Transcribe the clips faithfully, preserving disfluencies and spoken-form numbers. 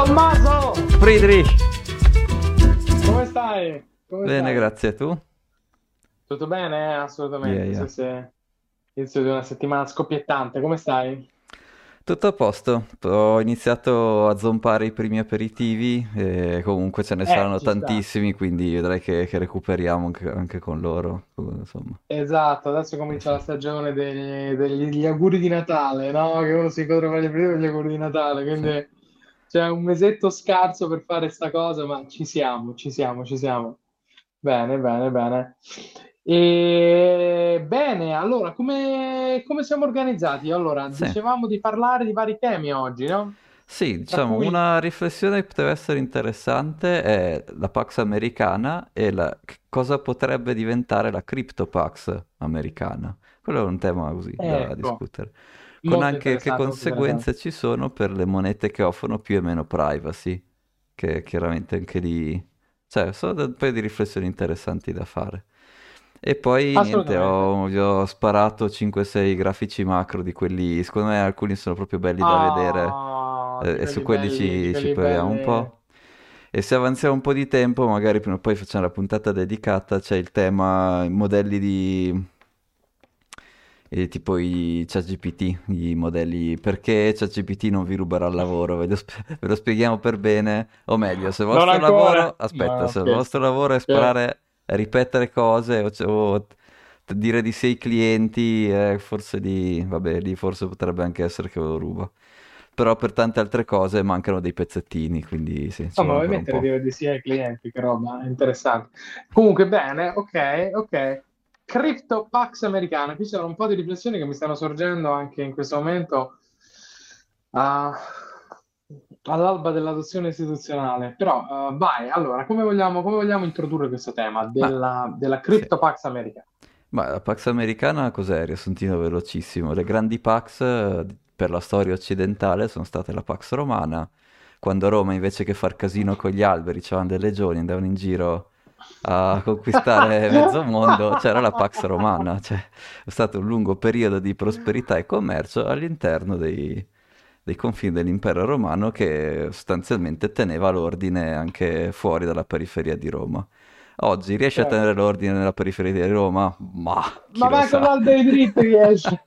Tommaso! Friedrich, Come stai? Come bene, stai? grazie. Tu? Tutto bene? Eh, Yeah, Assolutamente. yeah. Sì, sì. Inizio di una settimana scoppiettante. Come stai? Tutto a posto. Ho iniziato a zompare i primi aperitivi e comunque ce ne Eh, saranno ci sta. tantissimi, quindi vedrai che, che recuperiamo anche, anche con loro. Insomma, Esatto, adesso sì, comincia sì. la stagione degli, degli- degli auguri di Natale, no? Che uno si incontra con gli primi con gli auguri di Natale, Sì. quindi c'è un mesetto scarso per fare sta cosa, ma ci siamo, ci siamo, ci siamo. Bene, bene, bene. E bene, allora, come, come siamo organizzati? Allora, Sì. dicevamo di parlare di vari temi oggi, no? Sì, Tra diciamo, cui, una riflessione che poteva essere interessante è la Pax americana e la- che cosa potrebbe diventare la Crypto Pax americana. Quello è un tema così da ecco, discutere. Con molto anche che interessante, molto interessante. conseguenze ci sono per le monete che offrono più e meno privacy, che chiaramente anche lì... Cioè, sono un paio di riflessioni interessanti da fare. E poi niente, Assolutamente. ho, vi ho sparato cinque sei grafici macro di quelli, secondo me alcuni sono proprio belli da vedere Ah, eh, di e su quelli quelli belli, di ci, ci quelli proviamo un belli. po'. E se avanziamo un po' di tempo, magari prima o poi facciamo la puntata dedicata, c'è il tema i modelli di... eh, tipo i ChatGPT, i modelli perché ChatGPT non vi ruberà il lavoro, ve lo, sp- ve lo spieghiamo per bene, o meglio, se il Non vostro lavoro, ancora, aspetta, ma se il scherzo. vostro lavoro è Ok. sparare, a ripetere cose o, c- o t- dire di sé ai clienti, eh, forse lì, vabbè, lì forse potrebbe anche essere che ve lo ruba. Però per tante altre cose mancano dei pezzettini, quindi sì, ci No, ma vuole vuoi ancora un mettere po'. dire di sì ai clienti, che roba interessante. Comunque, bene, ok, ok. Crypto Pax americana. Qui sono un po' di riflessioni che mi stanno sorgendo anche in questo momento ah, all'alba dell'adozione istituzionale. Però, eh, vai, allora, come vogliamo, come vogliamo introdurre questo tema Ma della, della sì. Crypto Pax americana? Ma la Pax americana cos'è? Riassuntino velocissimo. Le grandi Pax eh, per la storia occidentale sono state la Pax romana, quando a Roma invece che far casino con gli alberi, c'erano delle legioni, andavano in giro a conquistare mezzo mondo, c'era la Pax romana, cioè è stato un lungo periodo di prosperità e commercio all'interno dei, dei confini dell'impero romano che sostanzialmente teneva l'ordine anche fuori dalla periferia di Roma. Oggi riesce a tenere Certo. l'ordine nella periferia di Roma? Ma chi Ma lo vai con sa? l'albero dritti riesci.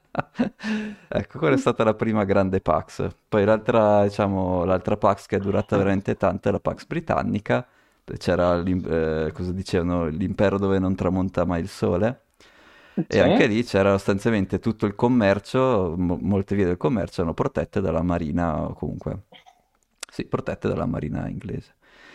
Ecco, quella è stata la prima grande Pax. Poi l'altra, diciamo, l'altra Pax che è durata veramente tanto è la Pax britannica. C'era, l'im- eh, cosa dicevano, l'impero dove non tramonta mai il sole. E anche Sì, lì c'era sostanzialmente tutto il commercio, mo- molte vie del commercio erano protette dalla marina, o comunque, sì, protette dalla marina inglese.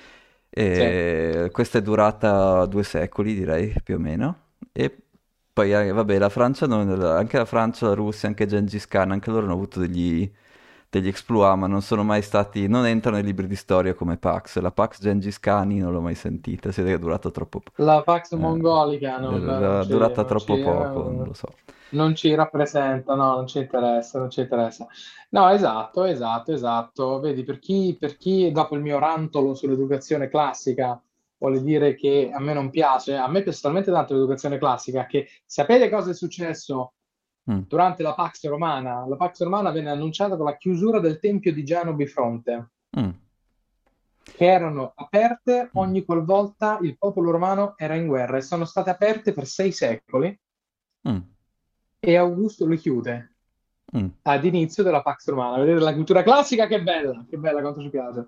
sì. E questa è durata due secoli, direi, più o meno. E poi, eh, vabbè, la Francia, non- anche la Francia, la Russia, anche Gengis Khan, anche loro hanno avuto degli, degli exploit, ma non sono mai stati, non entrano nei libri di storia come Pax. La Pax Gengis Khani non l'ho mai sentita, si vede che è durata troppo, po- La Pax eh, mongolica non, non è ci, durata non troppo ci, poco, non lo so. non ci rappresenta, no, non ci interessa, non ci interessa. No, esatto, esatto, esatto. Vedi, per chi, per chi dopo il mio rantolo sull'educazione classica vuole dire che a me non piace, a me piace talmente tanto l'educazione classica che sapete cosa è successo Mm, durante la Pax Romana? La Pax Romana venne annunciata con la chiusura del Tempio di Giano Bifronte, mm, che erano aperte mm, ogni qualvolta il popolo romano era in guerra e sono state aperte per sei secoli mm, e Augusto le chiude mm. ad inizio della Pax Romana. Vedete la cultura classica che bella, che bella quanto ci piace.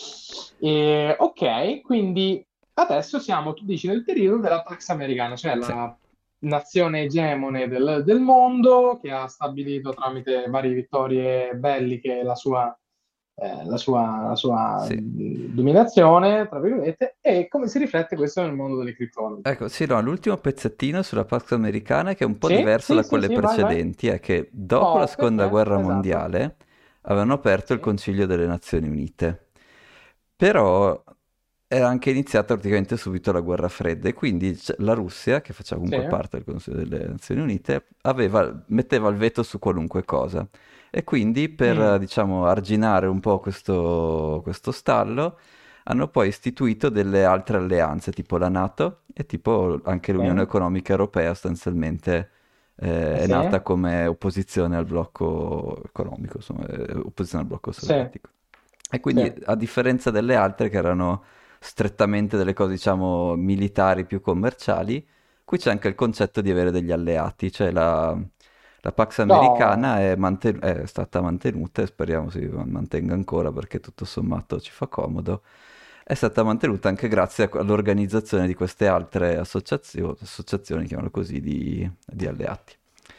E, ok, quindi adesso siamo, tu dici, nel periodo della Pax Americana, cioè Sì, la nazione egemone del, del mondo che ha stabilito tramite varie vittorie belliche la sua eh, la sua, la sua sì. mh, dominazione, tra virgolette, e come si riflette questo nel mondo delle criptovalute. Ecco, sì, no, l'ultimo pezzettino sulla Pax americana che è un po' Sì, diverso sì, da sì, quelle sì, vai, vai. precedenti è che dopo la Oh, seconda perché? guerra Esatto. mondiale avevano aperto il Sì, Concilio delle Nazioni Unite, però era anche iniziata praticamente subito la guerra fredda e quindi c- la Russia, che faceva sì, comunque parte del Consiglio delle Nazioni Unite, aveva- metteva il veto su qualunque cosa. E quindi per, eh, mm, diciamo, arginare un po' questo, questo stallo, hanno poi istituito delle altre alleanze, tipo la NATO e tipo anche l'Unione sì, Economica Europea, sostanzialmente eh, è sì, nata come opposizione al blocco economico, insomma, eh, opposizione al blocco sì, sovietico. E sì, quindi, a differenza delle altre che erano strettamente delle cose, diciamo, militari più commerciali, qui c'è anche il concetto di avere degli alleati, cioè la, la Pax no, americana è, manten- è stata mantenuta e speriamo si mantenga ancora perché tutto sommato ci fa comodo. È stata mantenuta anche grazie a- all'organizzazione di queste altre associazio- associazioni, chiamano così, di, di alleati.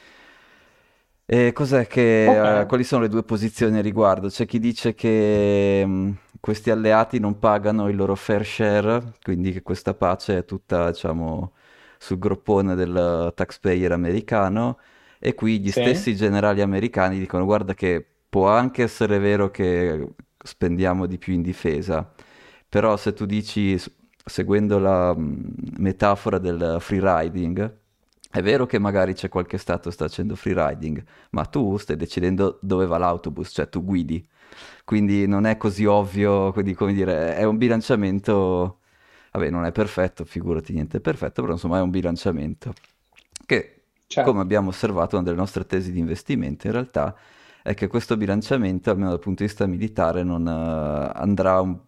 E cos'è che, eh, ok, quali sono le due posizioni a riguardo? C'è chi dice che mh, questi alleati non pagano il loro fair share, quindi che questa pace è tutta, diciamo, sul groppone del taxpayer americano, e qui gli sì, stessi generali americani dicono: guarda che può anche essere vero che spendiamo di più in difesa, però se tu dici, s- seguendo la mh, metafora del free riding, è vero che magari c'è qualche stato che sta facendo free riding, ma tu stai decidendo dove va l'autobus, cioè tu guidi. Quindi non è così ovvio, quindi come dire, è un bilanciamento, vabbè, non è perfetto, figurati, niente è perfetto, però insomma è un bilanciamento che, come certo, abbiamo osservato una delle nostre tesi di investimento, in realtà è che questo bilanciamento, almeno dal punto di vista militare, non eh, andrà un-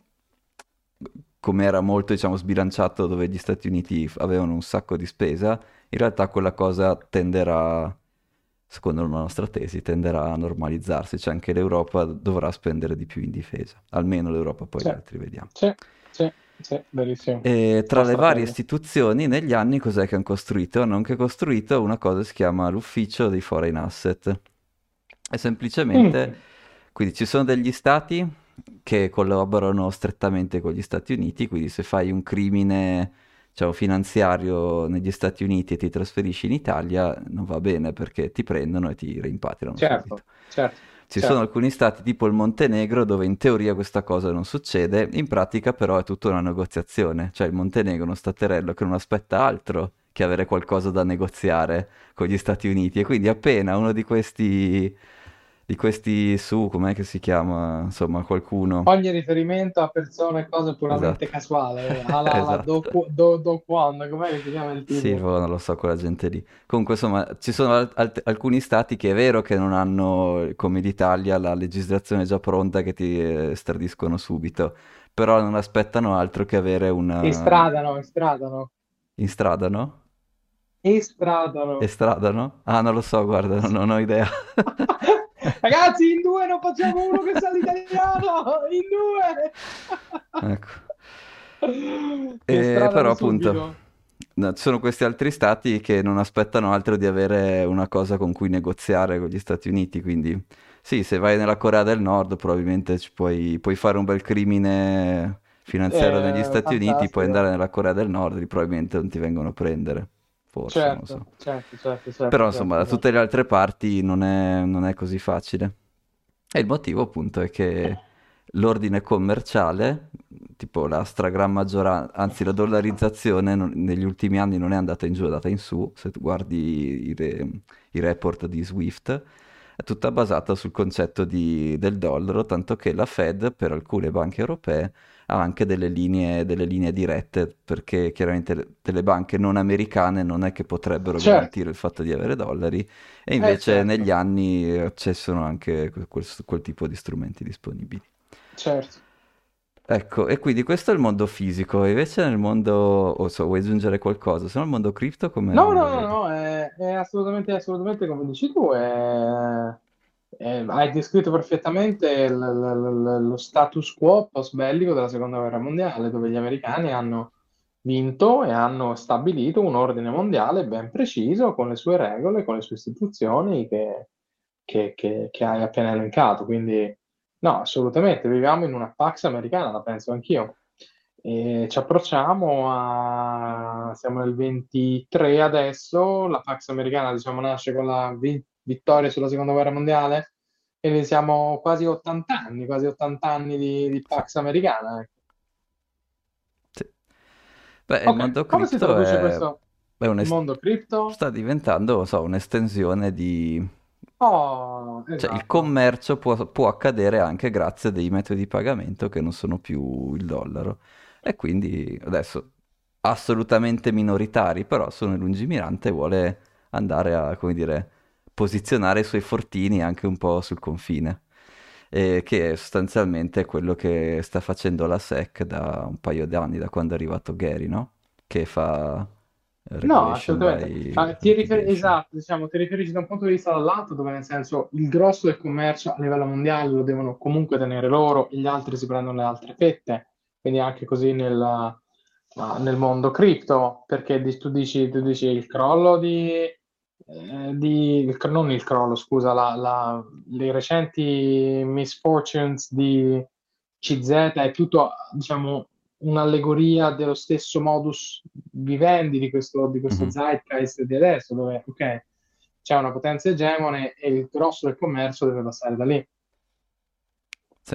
come era molto, diciamo, sbilanciato dove gli Stati Uniti f- avevano un sacco di spesa, in realtà quella cosa tenderà, secondo la nostra tesi, tenderà a normalizzarsi, cioè anche l'Europa dovrà spendere di più in difesa, almeno l'Europa, poi sì, gli altri vediamo. sì, sì, sì, verissimo, E tra le nostra varie tesi. istituzioni negli anni cos'è che hanno costruito? Hanno anche costruito una cosa che si chiama l'Ufficio dei Foreign Asset. E semplicemente, Mm, quindi ci sono degli stati che collaborano strettamente con gli Stati Uniti, quindi se fai un crimine, diciamo, finanziario negli Stati Uniti e ti trasferisci in Italia, non va bene perché ti prendono e ti rimpatriano subito. certo, certo, Ci sono certo, alcuni stati, tipo il Montenegro, dove in teoria questa cosa non succede, in pratica però è tutta una negoziazione, cioè il Montenegro è uno staterello che non aspetta altro che avere qualcosa da negoziare con gli Stati Uniti e quindi appena uno di questi, di questi su, com'è che si chiama, insomma, qualcuno, ogni riferimento a persone e cose puramente esatto, casuale, alla alla Do, esatto. Qu- Do, Do Kwon, com'è che si chiama il Sì, tipo? boh, non lo so, quella gente lì. Comunque, insomma, ci sono al- alt- alcuni stati che è vero che non hanno, come l'Italia, la legislazione già pronta che ti eh, estradiscono subito, però non aspettano altro che avere una... Estradano, estradano, In strada, no? estradano. Estradano? Ah, non lo so, guarda, non, non ho idea. Ragazzi, in due non facciamo uno che sa l'italiano, in Ecco. due! E però Estradano appunto subito. no, ci sono questi altri stati che non aspettano altro di avere una cosa con cui negoziare con gli Stati Uniti, quindi sì, se vai nella Corea del Nord probabilmente ci puoi, puoi fare un bel crimine finanziario negli Eh, Stati Uniti, puoi andare fantastico. nella Corea del Nord, lì probabilmente non ti vengono a prendere, forse, non lo so. Certo, certo, certo, Però certo, insomma da certo, tutte certo. le altre parti non è, non è così facile. E il motivo appunto è che l'ordine commerciale, tipo la stragrande maggioranza, anzi la dollarizzazione non- negli ultimi anni non è andata in giù, è andata in su, se tu guardi i, re- i report di Swift, è tutta basata sul concetto di- del dollaro, tanto che la Fed per alcune banche europee ha anche delle linee, delle linee dirette, perché chiaramente le- delle banche non americane non è che potrebbero Certo, garantire il fatto di avere dollari, e eh, invece negli certo, anni eh, ci sono anche que- quel, quel tipo di strumenti disponibili. certo. Ecco, e quindi questo è il mondo fisico, e invece nel mondo, o so, vuoi aggiungere qualcosa? Se no il mondo cripto No, come no, lo no, vedi? no, è, è assolutamente, assolutamente come dici tu, è- è- hai descritto perfettamente l- l- l- lo status quo post-bellico della seconda guerra mondiale, dove gli americani hanno vinto e hanno stabilito un ordine mondiale ben preciso, con le sue regole, con le sue istituzioni che, che- che- che hai appena elencato. Quindi, no, assolutamente, viviamo in una Pax americana, la penso anch'io. E ci approcciamo a... siamo nel ventitré adesso, la Pax americana diciamo nasce con la vi- vittoria sulla seconda guerra mondiale, quindi siamo quasi ottanta anni, quasi ottanta anni di, di Sì, Pax americana. Ecco. sì. Beh, il Ok, mondo come si cripto traduce è, questo è in un'est- mondo cripto? sta diventando, non so, un'estensione di... Oh, Cioè, il esatto, commercio può, può accadere anche grazie a dei metodi di pagamento che non sono più il dollaro. E quindi adesso assolutamente minoritari, però sono lungimirante e vuole andare a, come dire, posizionare i suoi fortini anche un po' sul confine. e che è sostanzialmente quello che sta facendo la S E C da un paio di anni, da quando è arrivato Gary, no? Che fa eh, No, regulation assolutamente. by Ah, ti riferi- litigation. esatto, diciamo, ti riferisci da un punto di vista dall'alto, dove nel senso il grosso del commercio a livello mondiale lo devono comunque tenere loro e gli altri si prendono le altre fette. Quindi anche così nel, ah, nel mondo cripto, perché di- tu dici, tu dici il crollo di, eh, di il cr- non il crollo, scusa, la, la- le recenti misfortunes di C Z è tutto, diciamo, un'allegoria dello stesso modus vivendi di questo, di questo Mhm. zeitgeist di adesso, dove ok, c'è una potenza egemone e il grosso del commercio deve passare da lì. Sì.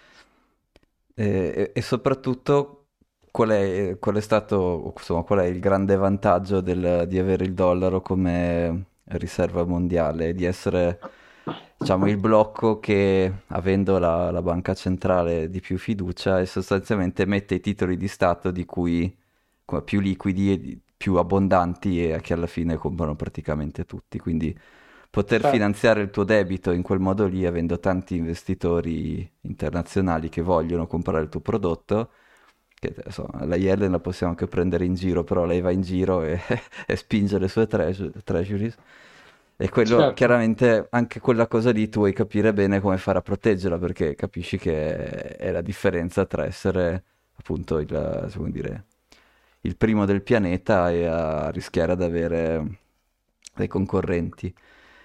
E, e- e soprattutto qual è, qual è stato, insomma, qual è il grande vantaggio del- di avere il dollaro come riserva mondiale, di essere, diciamo, il blocco che, avendo la, la banca centrale di più fiducia, e sostanzialmente mette i titoli di Stato di cui come più liquidi e di- più abbondanti e che alla fine comprano praticamente tutti. Quindi poter Certo, finanziare il tuo debito in quel modo lì, avendo tanti investitori internazionali che vogliono comprare il tuo prodotto, che insomma, la Yellen la possiamo anche prendere in giro, però lei va in giro e, e spinge le sue treas- treasuries. E quello, certo. chiaramente, anche quella cosa lì tu vuoi capire bene come fare a proteggerla, perché capisci che è la differenza tra essere appunto il, come dire, il primo del pianeta e a rischiare di avere dei concorrenti.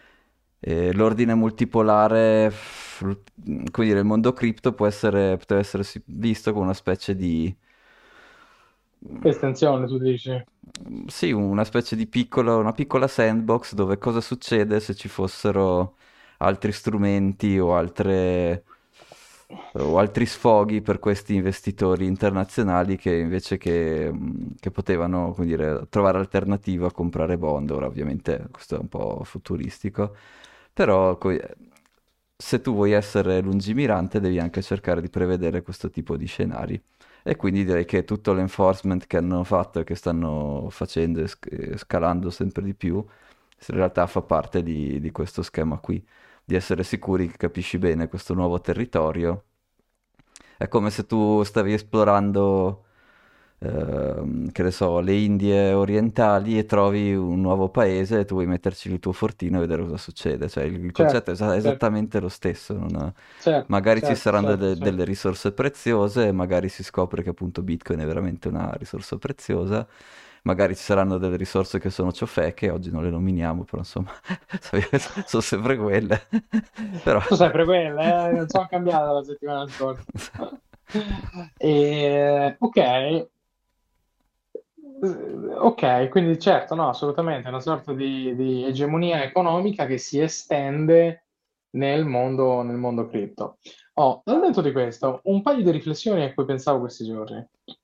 E l'ordine multipolare, f- come dire, il mondo cripto può essere, potrebbe essere si- visto come una specie di, Estensione, tu dici. sì, una specie di piccola, una piccola sandbox dove cosa succede se ci fossero altri strumenti o altre, o altri sfoghi per questi investitori internazionali che invece che, mh, che potevano, come dire, trovare alternativa a comprare bond. Ora ovviamente questo è un po' futuristico, però co- se tu vuoi essere lungimirante devi anche cercare di prevedere questo tipo di scenari. E quindi direi che tutto l'enforcement che hanno fatto e che stanno facendo e sc- e scalando sempre di più, in realtà fa parte di, di questo schema qui, di essere sicuri che capisci bene questo nuovo territorio. È come se tu stavi esplorando, ehm, che ne so, le Indie orientali e trovi un nuovo paese e tu vuoi metterci il tuo fortino e vedere cosa succede. Cioè, il, il concetto Certo, è esa- certo, esattamente lo stesso. non- certo, Magari ci certo, saranno certo, delle, delle certo. risorse preziose, magari si scopre che appunto Bitcoin è veramente una risorsa preziosa. Magari ci saranno delle risorse che sono ciofeche, oggi non le nominiamo, però insomma, sono sempre quelle. Però... Sono sempre quelle, eh, non sono cambiate la settimana scorsa. E, ok, Eh, ok, quindi certo, no, assolutamente, è una sorta di, di egemonia economica che si estende nel mondo, nel mondo cripto. Oh, al netto di questo, un paio di riflessioni a cui pensavo questi giorni.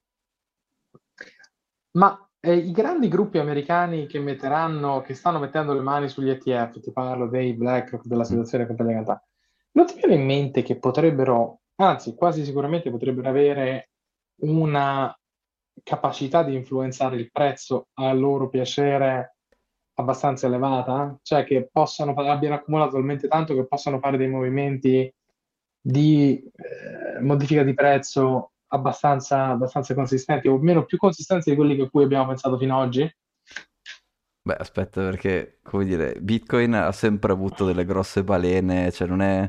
Ma eh, i grandi gruppi americani che metteranno, che stanno mettendo le mani sugli E T F, ti parlo dei BlackRock, della Mm. situazione compagnia cantante, non ti viene in mente che potrebbero, anzi, quasi sicuramente potrebbero avere una capacità di influenzare il prezzo a loro piacere abbastanza elevata? Cioè che possano, abbiano accumulato talmente tanto che possano fare dei movimenti di eh, modifica di prezzo abbastanza, abbastanza consistenti, o meno più consistenti di quelli che cui abbiamo pensato fino ad oggi? Beh, aspetta, perché, come dire, Bitcoin ha sempre avuto delle grosse balene, cioè non è,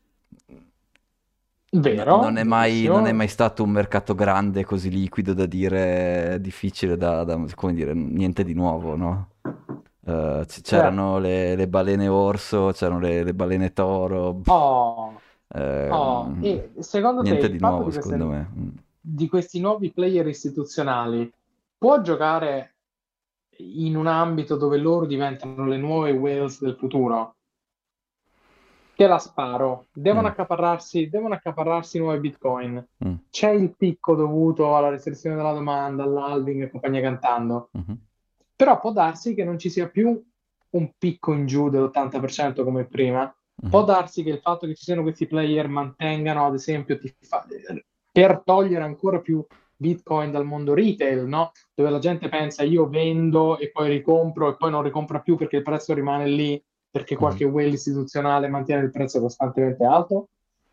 no- non Vero, è mai, non è verissimo. mai stato un mercato grande, così liquido da dire, difficile da, da- come dire, niente di nuovo, no? Eh, c- Certo. c'erano le, le balene orso, c'erano le, le balene toro, Oh, oh. ehm, E secondo te niente il di fatto nuovo, di, secondo queste- me. Mm. di questi nuovi player istituzionali può giocare in un ambito dove loro diventano le nuove whales del futuro? Te la sparo, devono Mm, accaparrarsi, devono accaparrarsi nuovi bitcoin. mm, C'è il picco dovuto alla restrizione della domanda, all'halving e compagnia cantando. mhm, Però può darsi che non ci sia più un picco in giù dell'ottanta per cento come prima. Può mhm, darsi che il fatto che ci siano questi player mantengano, ad esempio, ti fa- per togliere ancora più Bitcoin dal mondo retail, no? Dove la gente pensa io vendo e poi ricompro e poi non ricompra più perché il prezzo rimane lì perché mhm. qualche whale istituzionale mantiene il prezzo costantemente alto.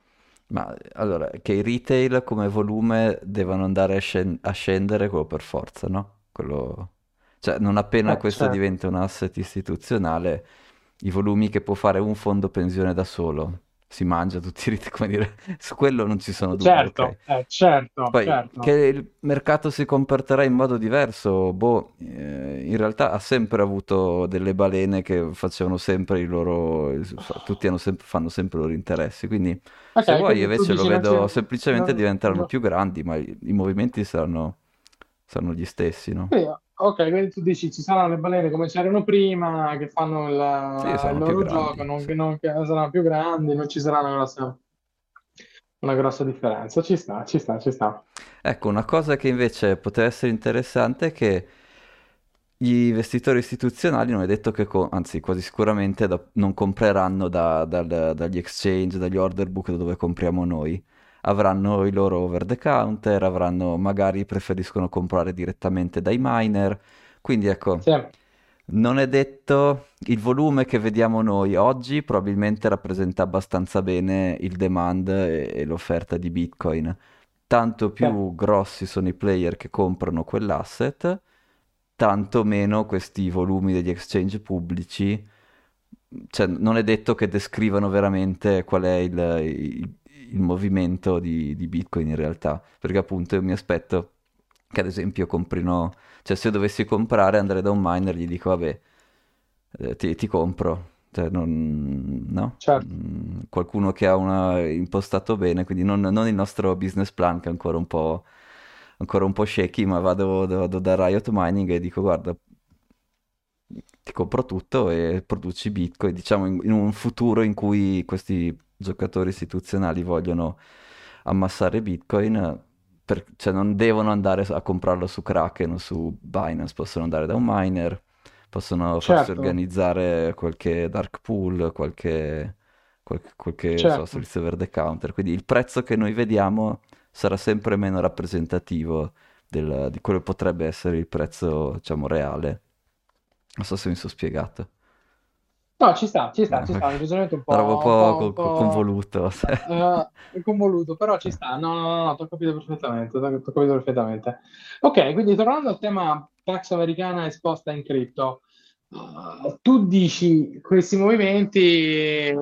Ma allora, che i retail come volume devono andare a, scen- a scendere, quello per forza, no? Quello... Cioè, non appena Eh, questo certo, diventa un asset istituzionale, i volumi che può fare un fondo pensione da solo, si mangia tutti i retail, come dire, su quello non ci sono dubbi, ok? certo, eh, certo, Poi, che certo. il mercato si comporterà in modo diverso, boh, eh, in realtà ha sempre avuto delle balene che facevano sempre i loro, tutti hanno sempre- fanno sempre i loro interessi, quindi se Ok, vuoi quindi tu invece lo dici non ci... vedo semplicemente non- diventeranno no- più grandi, ma i, i movimenti saranno, saranno gli stessi, no? Sì, ok, quindi tu dici ci saranno le balene come c'erano prima, che fanno Sì, il, il saranno più loro gioco, grandi, non, sì. che non- che saranno più grandi, non ci sarà una grossa, una grossa differenza. Ci sta, ci sta, ci sta. Ecco, una cosa che invece poteva essere interessante è che gli investitori istituzionali non è detto che, co- anzi quasi sicuramente da- non compreranno da- dal- dagli exchange, dagli order book da dove compriamo noi. Avranno i loro over the counter, avranno, magari preferiscono comprare direttamente dai miner. Quindi ecco, Sì, non è detto il volume che vediamo noi oggi probabilmente rappresenta abbastanza bene il demand e, e l'offerta di Bitcoin. Tanto sì, più grossi sono i player che comprano quell'asset, tanto meno questi volumi degli exchange pubblici, cioè non è detto che descrivano veramente qual è il, il- il movimento di, di Bitcoin in realtà, perché appunto io mi aspetto che ad esempio comprino, cioè se io dovessi comprare andrei da un miner e gli dico vabbè, eh, ti, ti compro, cioè non, no? certo. Mm, qualcuno che ha una, impostato bene, quindi non, non il nostro business plan che è ancora un po', ancora un po' shaky, ma vado, vado da Riot Mining e dico guarda, ti compro tutto e produci Bitcoin, diciamo in, in un futuro in cui questi giocatori istituzionali vogliono ammassare Bitcoin, per- cioè non devono andare a comprarlo su Kraken o su Binance, possono andare da un miner, possono farsi Certo, organizzare qualche dark pool, qualche, qualche, qualche so, certo. servizio over the counter, quindi il prezzo che noi vediamo sarà sempre meno rappresentativo del- di quello che potrebbe essere il prezzo, diciamo, reale. Non so se mi sono spiegato. No, ci sta, ci sta, ci Eh, sta, decisamente un Trovo un po', un po' po', un co- co- po' convoluto. eh, convoluto, però ci Eh, sta. No, no, no, no, ti ho capito perfettamente, ti ho ti ho capito perfettamente. Ok, quindi tornando al tema tax americana esposta in cripto, uh, tu dici questi movimenti eh,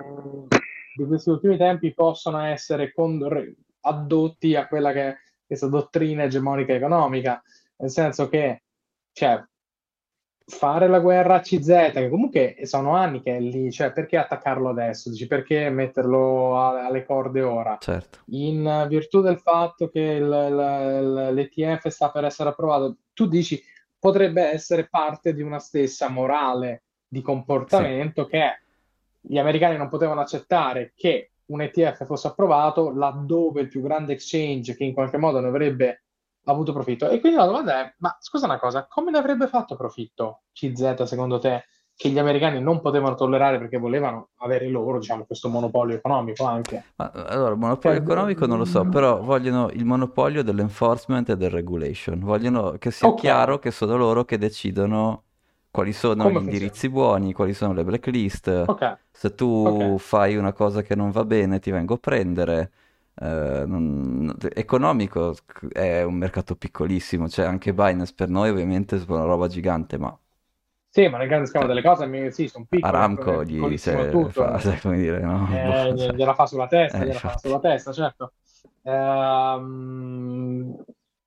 di questi ultimi tempi possono essere con- re- addotti a quella che è questa dottrina egemonica economica, nel senso che, cioè, fare la guerra a C Z, che comunque sono anni che è lì, cioè perché attaccarlo adesso? Dici perché metterlo a- alle corde ora? certo, In virtù del fatto che il- il- l'E T F sta per essere approvato, tu dici potrebbe essere parte di una stessa morale di sì. comportamento che gli americani non potevano accettare che un E T F fosse approvato laddove il più grande exchange che in qualche modo ne avrebbe avuto profitto. E quindi la domanda è, ma scusa una cosa, come ne avrebbe fatto profitto C Z secondo te, che gli americani non potevano tollerare perché volevano avere loro, diciamo, questo monopolio economico anche? Ma, allora, monopolio Cioè, economico non lo so, però vogliono il monopolio dell'enforcement e del regulation. Vogliono che sia ok, chiaro che sono loro che decidono quali sono gli come funziona? indirizzi buoni, quali sono le blacklist. Ok, Se ok. tu fai una cosa che non va bene, ti vengo a prendere. Eh, non- Economico è un mercato piccolissimo, cioè anche Binance per noi ovviamente è una roba gigante, ma Sì, ma nel grande scalo cioè, delle cose, mi- sì, sono piccole, è Aramco gli piccolissimo il cioè, fa, tutto. sai come dire, no? Boh, Eh, cioè, gliela fa sulla testa, eh, gliela fa infatti. sulla testa, certo. Ehm,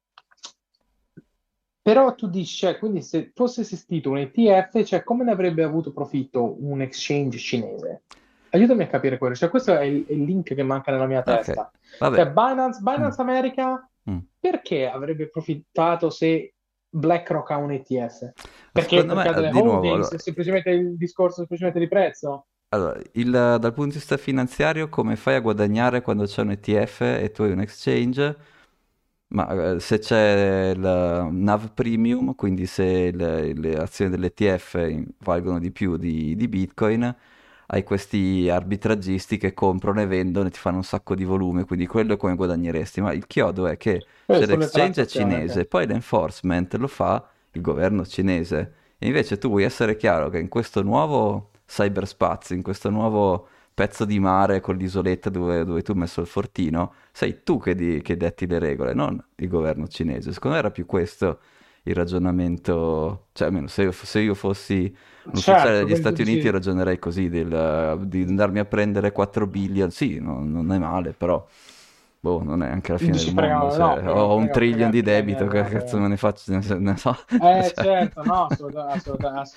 Però tu dici, cioè, quindi se fosse esistito un E T F, cioè, come ne avrebbe avuto profitto un exchange cinese? Aiutami a capire quello, cioè, questo è il, è il link che manca nella mia Ok, testa. Cioè, vabbè. Binance, Mm, Binance America, mm. perché avrebbe profittato se BlackRock ha un E T F? Ma Perché? secondo me, Perché ha eh, delle di nuovo, holdings? allora, Semplicemente il discorso semplicemente di prezzo? allora, il- dal punto di vista finanziario, come fai a guadagnare quando c'è un E T F e tu hai un exchange? Ma eh, se c'è il N A V premium, quindi se le, le azioni dell'E T F in- valgono di più di, di Bitcoin, hai questi arbitraggisti che comprano e vendono e ti fanno un sacco di volume, quindi quello è come guadagneresti. Ma il chiodo è che se Questo sulle l'exchange è transazioni, cinese, ok. poi l'enforcement lo fa il governo cinese. E invece tu vuoi essere chiaro che in questo nuovo cyberspazio, in questo nuovo pezzo di mare con l'isoletta dove, dove tu hai messo il fortino, sei tu che, di- che detti le regole, non il governo cinese. Secondo me era più questo il ragionamento, cioè almeno se, se io fossi un ufficiale Certo, degli quindi tu Stati Uniti dici, ragionerei così, del- di andarmi a prendere quattro billion, sì, no- non è male, però boh, non è anche la fine del dici mondo, frega, no, cioè, frega, ho un frega, trillion frega, di frega debito, niente, che no, cazzo frega. me ne faccio, ne ne so, Eh, cioè, certo, no, assolutamente, assolutamente.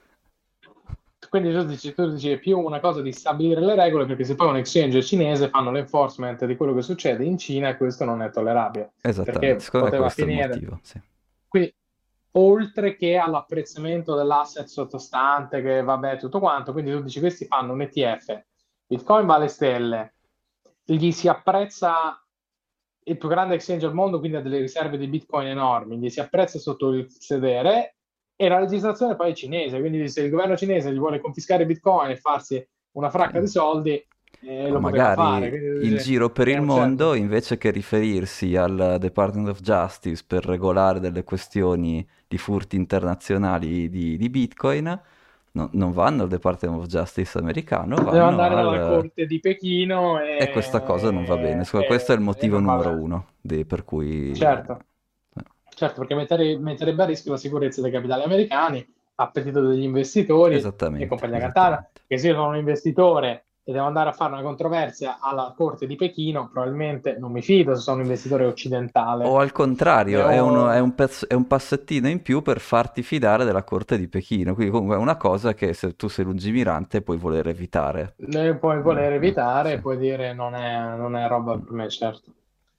Quindi tu dici, tu dici è più una cosa di stabilire le regole perché se poi un exchange cinese fanno l'enforcement di quello che succede in Cina e questo non è tollerabile esattamente, perché secondo me poteva questo è il finire motivo, sì. qui oltre che all'apprezzamento dell'asset sottostante che vabbè tutto quanto, quindi tu dici questi fanno un E T F, Bitcoin vale stelle, gli si apprezza il più grande exchange al mondo, quindi ha delle riserve di Bitcoin enormi, gli si apprezza sotto il sedere e la legislazione poi è cinese, quindi se il governo cinese gli vuole confiscare Bitcoin e farsi una Sì. fracca di soldi, eh, O lo poteva fare. magari Quindi tu in dici, giro per è il un mondo, certo. invece che riferirsi al Department of Justice per regolare delle questioni di furti internazionali di, di Bitcoin, no- non vanno al Department of Justice americano, Devo vanno andare dalla al... corte di Pechino E questa cosa non va bene. e, Secondo- Questo è il e- e motivo non va numero bene. uno di- per cui... Certo, eh, certo, perché mettere- metterebbe a rischio la sicurezza dei capitali americani, appetito degli investitori e Esattamente, compagnia cantata. esattamente. Che se io sono un investitore e devo andare a fare una controversia alla corte di Pechino, probabilmente non mi fido se sono un investitore O occidentale. al Eh, contrario, è, uno- è o- un pezzo- è un passettino in più per farti fidare della corte di Pechino. Quindi comunque è una cosa che se tu sei lungimirante puoi voler evitare. ne puoi Mm, voler mm, evitare sì. e puoi dire non è, non è roba Mm. per me, certo.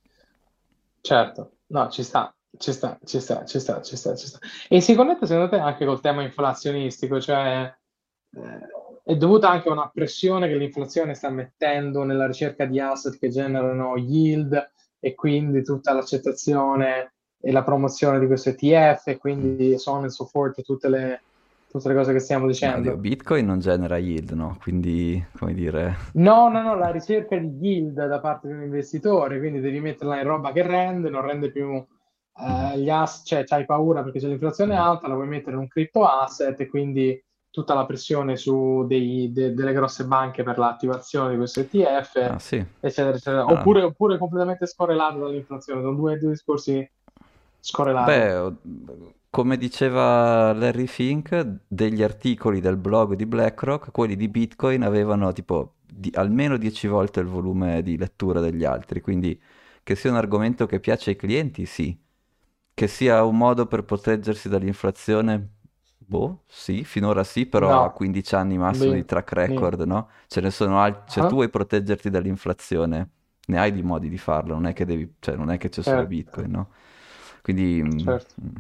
Certo, no, ci sta, ci sta, ci sta, ci sta, ci sta, ci sta. E si connette secondo te anche col tema inflazionistico, cioè eh, è dovuta anche a una pressione che l'inflazione sta mettendo nella ricerca di asset che generano yield e quindi tutta l'accettazione e la promozione di questo E T F e Mm. quindi so on and so forth, tutte le, tutte le cose che stiamo No, Dio, dicendo. Bitcoin non genera yield, no? Quindi, come dire... No, no, no, la ricerca di yield da parte di un investitore, quindi devi metterla in roba che rende, non rende più Mhm, eh, gli asset, cioè c'hai paura perché c'è l'inflazione mhm. alta, la vuoi mettere in un crypto asset e quindi tutta la pressione su dei- de- delle grosse banche per l'attivazione di questo E T F, Ah, sì. eccetera, eccetera. Ah. Oppure, oppure completamente scorrelato dall'inflazione, sono due, due discorsi scorrelati. Beh, o- come diceva Larry Fink, degli articoli del blog di BlackRock, quelli di Bitcoin avevano tipo di- almeno dieci volte il volume di lettura degli altri, quindi che sia un argomento che piace ai clienti, sì. Che sia un modo per proteggersi dall'inflazione, boh, sì, finora sì, però a No, quindici anni massimo di Beh, track ni- record, no? Ce ne sono altri, cioè tu ah, vuoi proteggerti dall'inflazione, ne hai di modi di farlo, non è che devi, cioè non è che c'è solo certo, Bitcoin, no? Quindi, mm, certo, mm.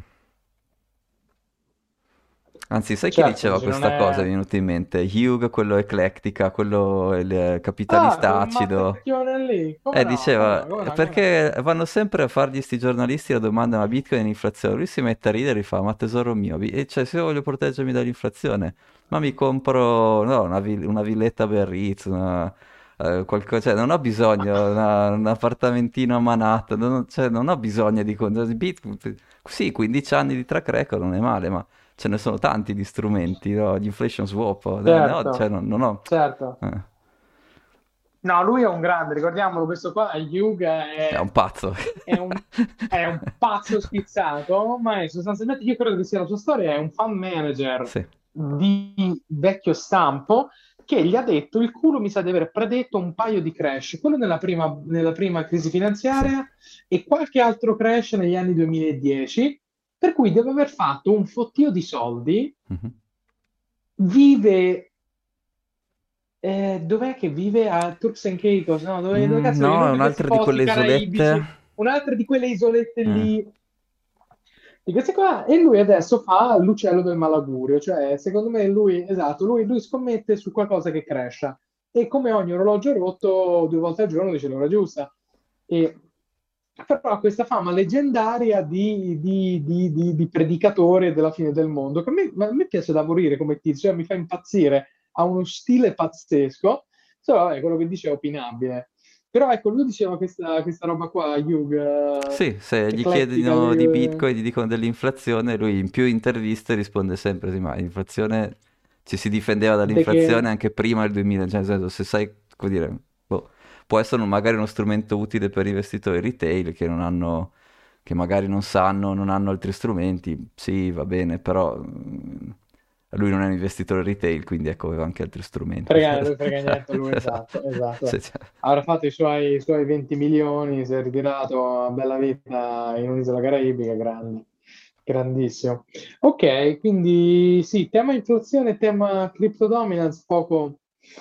Anzi, sai chi certo, diceva dici, non questa cosa? Mi è... è venuto in mente. Hugh, quello eclettica, quello il eh, Ah, capitalista quel acido. mattacchione lì, come Eh, no, come diceva, no, come "Eh, no, come no. perché vanno sempre a fargli sti giornalisti la domanda, ma Bitcoin è inflazione? Lui si mette a ridere e fa, ma tesoro mio, vi- e cioè se io voglio proteggermi dall'inflazione, ma mi compro, no, una, vill- una villetta a Biarritz, una, eh, qualcosa, cioè non ho bisogno, una- un appartamentino a Manhattan, non, cioè, non ho bisogno di... con- di Bitcoin. Sì, quindici anni di track record non è male, ma ce ne sono tanti di strumenti, no? Gli inflation swap, eh, no, cioè Certo, non, non ho... certo. eh, No, lui è un grande, ricordiamolo, questo qua, Hugh è un è, pazzo. è un, è un pazzo schizzato, ma è sostanzialmente, io credo che sia la sua storia, è un fund manager Sì, di vecchio stampo che gli ha detto il culo mi sa di aver predetto un paio di crash, quello nella prima, nella prima crisi sì. finanziaria e qualche altro crash negli anni duemiladieci, per cui deve aver fatto un fottio di soldi, Mhm. vive eh, dov'è che vive? A Turks and Caicos, no? Dove, dove Mm, cazzo vive? In no, è uno di questi un'altra di posti quelle caraibici, isolette. un'altra di quelle isolette Eh, lì, di queste qua, e lui adesso fa l'uccello del malaugurio, cioè secondo me lui, esatto, lui, lui scommette su qualcosa che cresce e come ogni orologio rotto due volte al giorno dice l'ora giusta. E, però ha questa fama leggendaria di, di, di, di, di predicatore della fine del mondo, che a me, a me piace da morire come tizio, cioè mi fa impazzire, ha uno stile pazzesco, solo vabbè, quello che dice è opinabile. Però ecco, lui diceva questa, questa roba qua, Hugh, eh, sì, se gli eclettica, chiedono di eh, Bitcoin, gli dicono dell'inflazione, lui in più interviste risponde sempre sì, ma l'inflazione ci si difendeva De che... dall'inflazione anche prima del duemila, cioè nel senso, se sai, come dire, boh, può essere un- magari uno strumento utile per i investitori retail che non hanno, che magari non sanno, non hanno altri strumenti, sì, va bene, però mm, lui non è un investitore retail, quindi ecco, aveva anche altri strumenti. Frega, lui frega niente, lui, Esatto. esatto, esatto. Sì, cioè, Avrà fatto i suoi, i suoi venti milioni, si è ritirato a bella vita in un'isola caraibica, grande, grandissimo. Ok, quindi sì, tema inflazione, tema crypto dominance, poco,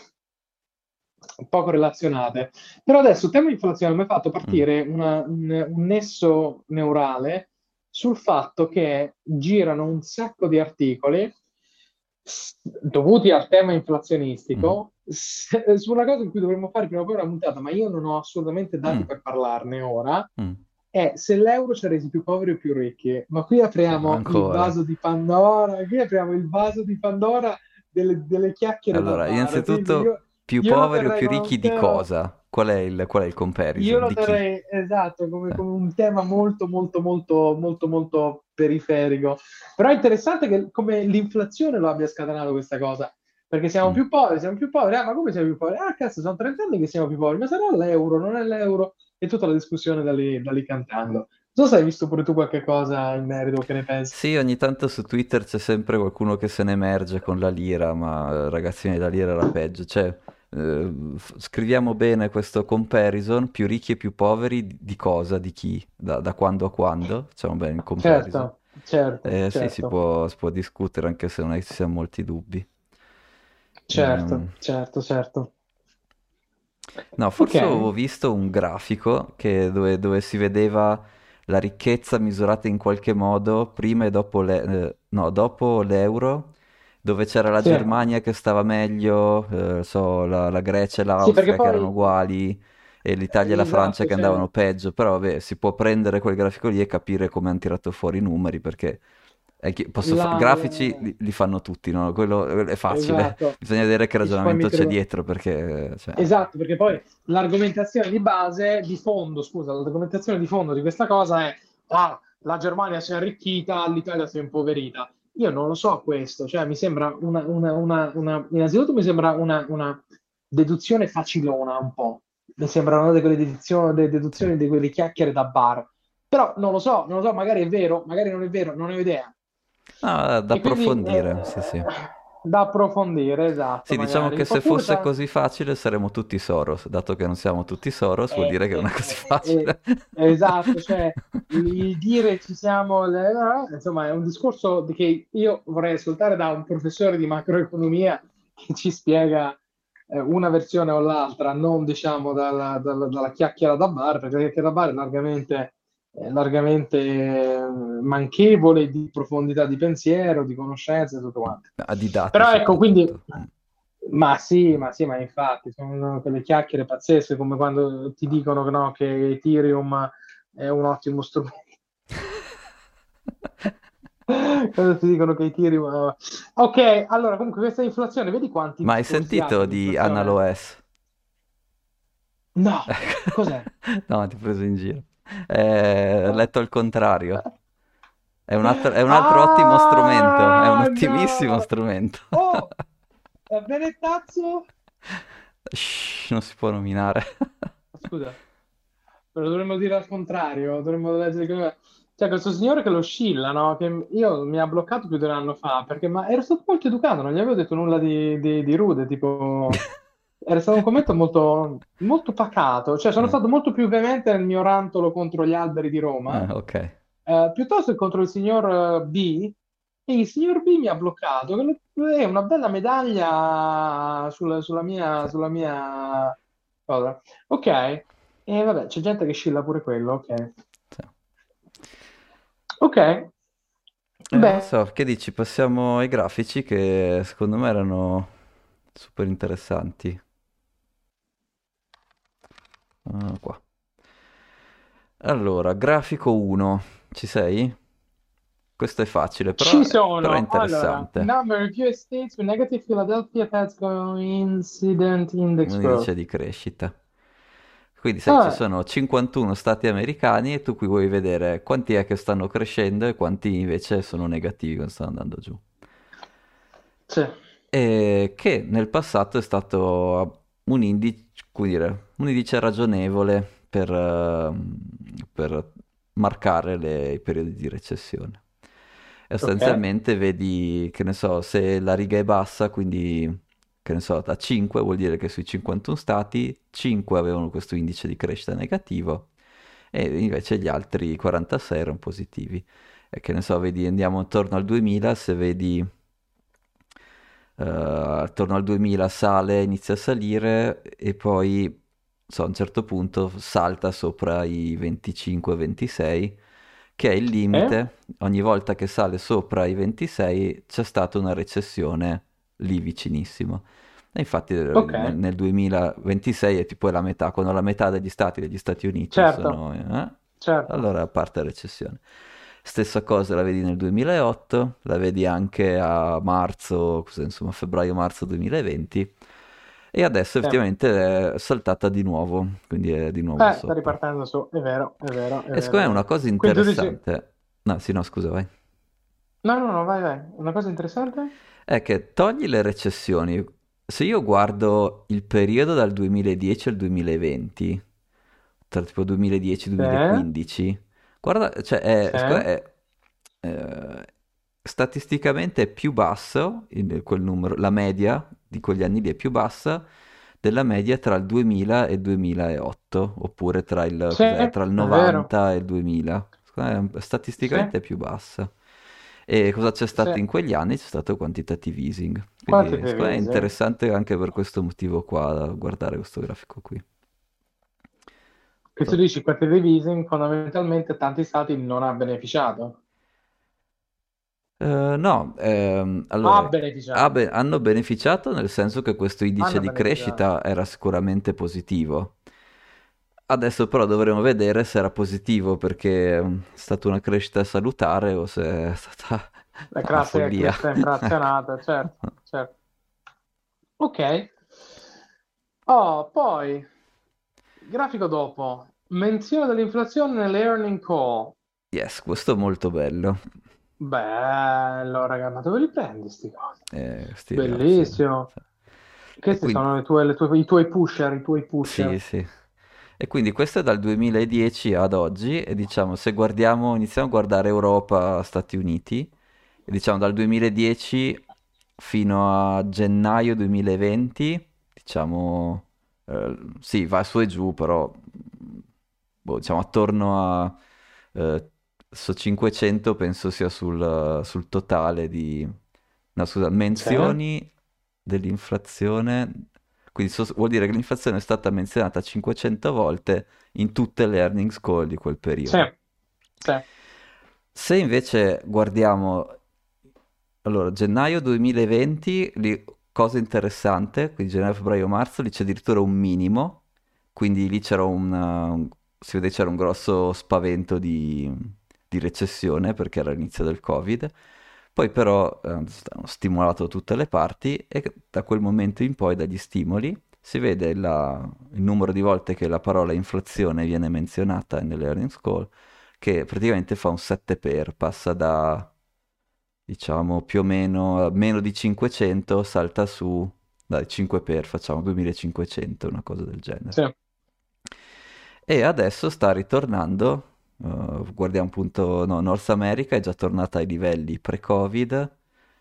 poco relazionate. Però adesso, tema inflazione, mi ha fatto mm, partire una- un, un nesso neurale sul fatto che girano un sacco di articoli s- dovuti al tema mhm, inflazionistico s- su una cosa in cui dovremmo fare prima o poi una puntata, ma io non ho assolutamente dati mm, per parlarne ora, mm. è se l'euro ci ha resi più poveri o più ricchi. Ma qui apriamo il Ancora. vaso di Pandora, qui apriamo il vaso di Pandora delle, delle chiacchiere da Allora, bar. Quindi innanzitutto, io, più io lo poveri o terrei più come un ricchi di tema. cosa? Qual è il, qual è il Io comparison? lo Di chi? terrei esatto come, Eh, come un tema molto, molto, molto, molto, molto periferico. Però è interessante che come l'inflazione lo abbia scatenato questa cosa. Perché siamo mm. più poveri, siamo più poveri. Ah, ma come siamo più poveri? Ah, cazzo, sono trenta anni che siamo più poveri. Ma sarà l'euro, non è l'euro? E tutta la discussione da lì, da lì cantando. Non so se hai visto pure tu qualche cosa in merito, che ne pensi? Sì, ogni tanto su Twitter c'è sempre qualcuno che se ne emerge con la lira, ma eh, ragazzini, la lira era peggio. Cioè, eh, f- scriviamo bene questo comparison, più ricchi e più poveri di, di cosa, di chi, da, da quando a quando, facciamo bene il comparison. Certo, certo, Eh, sì, si certo, può, si può discutere anche se non è che ci siano molti dubbi. Ehm, certo, certo, certo. No, Ok, forse avevo visto un grafico che- dove, dove si vedeva la ricchezza misurata in qualche modo prima e dopo, le- eh, no, dopo l'euro, dove c'era la sì. Germania che stava meglio, eh, so, la, la Grecia e Sì, perché l'Austria che erano poi uguali e l'Italia e la Francia esatto, che cioè, andavano peggio, però vabbè, si può prendere quel grafico lì e capire come hanno tirato fuori i numeri, perché è che posso fa- la, grafici la- li, li fanno tutti, no? Quello è facile, esatto, bisogna vedere che dici poi mi ragionamento c'è trovo. dietro, perché, cioè, Esatto, perché poi l'argomentazione di base, di fondo, scusa, l'argomentazione di fondo di questa cosa è ah, la Germania si è arricchita, l'Italia si è impoverita. Io non lo so questo, cioè mi sembra una, una, una, una- innanzitutto mi sembra una, una deduzione facilona un po', mi sembra una di quelle deduzioni, de- sì. deduzioni di quelle chiacchiere da bar, però non lo so, non lo so, magari è vero, magari non è vero, non ho idea. No, da E quindi approfondire, sì, sì. eh, da approfondire, esatto, Sì, diciamo che magari. se Qualcuno fosse c'ha. così facile saremmo tutti Soros, dato che non siamo tutti Soros, vuol Eh, dire che non è eh, così eh, facile. eh, esatto, cioè il dire ci siamo, eh, insomma, è un discorso di che io vorrei ascoltare da un professore di macroeconomia che ci spiega eh, una versione o l'altra, non diciamo dalla, dalla- dalla chiacchiera da bar, perché la chiacchiera da bar è largamente, è largamente eh, manchevole di profondità di pensiero, di conoscenze e tutto quanto. A di dati Però ecco, quindi, soprattutto. Mm. ma sì, ma sì, ma infatti sono quelle chiacchiere pazzesche come quando ti dicono che, no, che Ethereum è un ottimo strumento. Quando ti dicono che Ethereum. Ok, allora comunque questa inflazione, vedi quanti Ma hai discorsi sentito apre di l'inflazione? Analoes? No, cos'è? No, ti ho preso in giro. Eh, No. letto al contrario. È un altro, è un altro ottimo strumento, è un Ah, ottimissimo no! strumento. Oh, eh, Benettazzo? Shh, non si può nominare. Scusa, però dovremmo dire al contrario, dovremmo leggere che. Cioè, questo signore che lo oscilla, no? Che io mi ha bloccato più di un anno fa, perché ma ero stato molto educato, non gli avevo detto nulla di, di- di rude, tipo. Era stato un commento molto, molto pacato, cioè sono Eh, stato molto più veemente nel mio rantolo contro gli alberi di Roma, eh, ok. eh, piuttosto che contro il signor eh, B, e il signor B mi ha bloccato, che è una bella medaglia sulla, sulla mia, Sì, sulla mia cosa. Ok, e vabbè, c'è gente che scilla pure quello, ok. sì. Ok, Eh, non beh, so, che dici? Passiamo ai grafici che secondo me erano super interessanti. Ah, qua. Allora, grafico uno, ci sei? Questo è facile, però, ci però è sono. Allora, interessante. number of U S states with negative Philadelphia Fed's coincident index Un indice growth. di crescita. Quindi, sai, ci Ah, sono cinquantuno stati americani e tu qui vuoi vedere quanti è che stanno crescendo e quanti invece sono negativi, che stanno andando giù. sì. e che nel passato è stato un indice, come dire, un indice ragionevole per, eh, per marcare le- i periodi di recessione. E Ok. sostanzialmente vedi, che ne so, se la riga è bassa, quindi, che ne so, da cinque vuol dire che sui cinquantuno stati, cinque avevano questo indice di crescita negativo e invece gli altri quarantasei erano positivi. E che ne so, vedi, andiamo attorno al duemila, se vedi eh, attorno al duemila sale, inizia a salire e poi so, a un certo punto salta sopra i venticinque ventisei, che è il Eh? limite. Ogni volta che sale sopra i ventisei c'è stata una recessione lì vicinissimo. E infatti eh, Ok, nel, nel duemilaventisei è tipo la metà, quando la metà degli stati degli Stati Uniti certo, sono... eh, certo. allora parte la recessione. Stessa cosa la vedi nel duemilaotto, la vedi anche a marzo, cos'è, insomma, febbraio-marzo duemilaventi e adesso Sì. effettivamente è saltata di nuovo, quindi è di nuovo Eh, sta sopra. ripartendo su, è vero, è vero, è E vero, secondo è me una vero. cosa Quindi tu dici... interessante, no, sì, no, scusa, vai, No, no, no, vai, vai. Una cosa interessante? è che togli le recessioni. Se io guardo il periodo dal duemiladieci al duemilaventi, tra tipo Sì, duemiladieci-duemilaquindici, guarda, cioè, è, sì, secondo me è, eh, statisticamente è più basso, il- quel numero, la media di quegli anni lì è più bassa della media tra il duemila e il duemilaotto, oppure tra il, sì, cos'è, è tra il vero. novanta e il duemila. Secondo me, Sì, statisticamente è più bassa. E cosa c'è sì. stato in quegli anni? C'è stato quantitative easing. Quindi Quantitative secondo me è easing. interessante anche per questo motivo qua, guardare questo grafico qui. Che tu So- dici quantitative easing fondamentalmente tanti stati non ha beneficiato. Eh, no, ehm, Ha allora, ha beneficiato. be- hanno beneficiato nel senso che questo indice Hanno di beneficiato. crescita era sicuramente positivo. Adesso però dovremo vedere se era positivo perché mm, è stata una crescita salutare o se è stata La una classe follia. crescita Ecco. inflazionata, certo, certo. Ok. Oh, poi, grafico dopo. Menzione dell'inflazione nelle earning call. Yes, questo è molto bello. Bello, raga, ma dove li prendi sti cosi? Eh, sti ragazzi. Bellissimo. E Questi quindi, sono le tue- le tue- i tuoi pusher, i tuoi sì, pusher. sì. E quindi questo è dal duemiladieci ad oggi e diciamo se guardiamo, iniziamo a guardare Europa, Stati Uniti, e diciamo dal duemiladieci fino a gennaio duemilaventi, diciamo, eh, sì, va su e giù, però, boh, diciamo attorno a eh, su cinquecento penso sia sul, sul totale di, no scusa, Sì, menzioni dell'inflazione, quindi sos- vuol dire che l'inflazione è stata menzionata cinquecento volte in tutte le earnings call di quel sì, periodo. sì, Se invece guardiamo, allora, gennaio duemilaventi, lì, cosa interessante, quindi gennaio, febbraio, marzo, lì c'è addirittura un minimo, quindi lì c'era un, uh, un- si vede c'era un grosso spavento di, di recessione perché era l'inizio del Covid. Poi però eh, hanno stimolato tutte le parti e da quel momento in poi, dagli stimoli, si vede la- il numero di volte che la parola inflazione viene menzionata nelle earnings call, che praticamente fa un sette per, passa da, diciamo, più o meno a meno di cinquecento, salta su, dai, cinque per, facciamo duemilacinquecento, una cosa del genere. sì. E adesso sta ritornando, eh, guardiamo appunto, no, North America è già tornata ai livelli pre-Covid,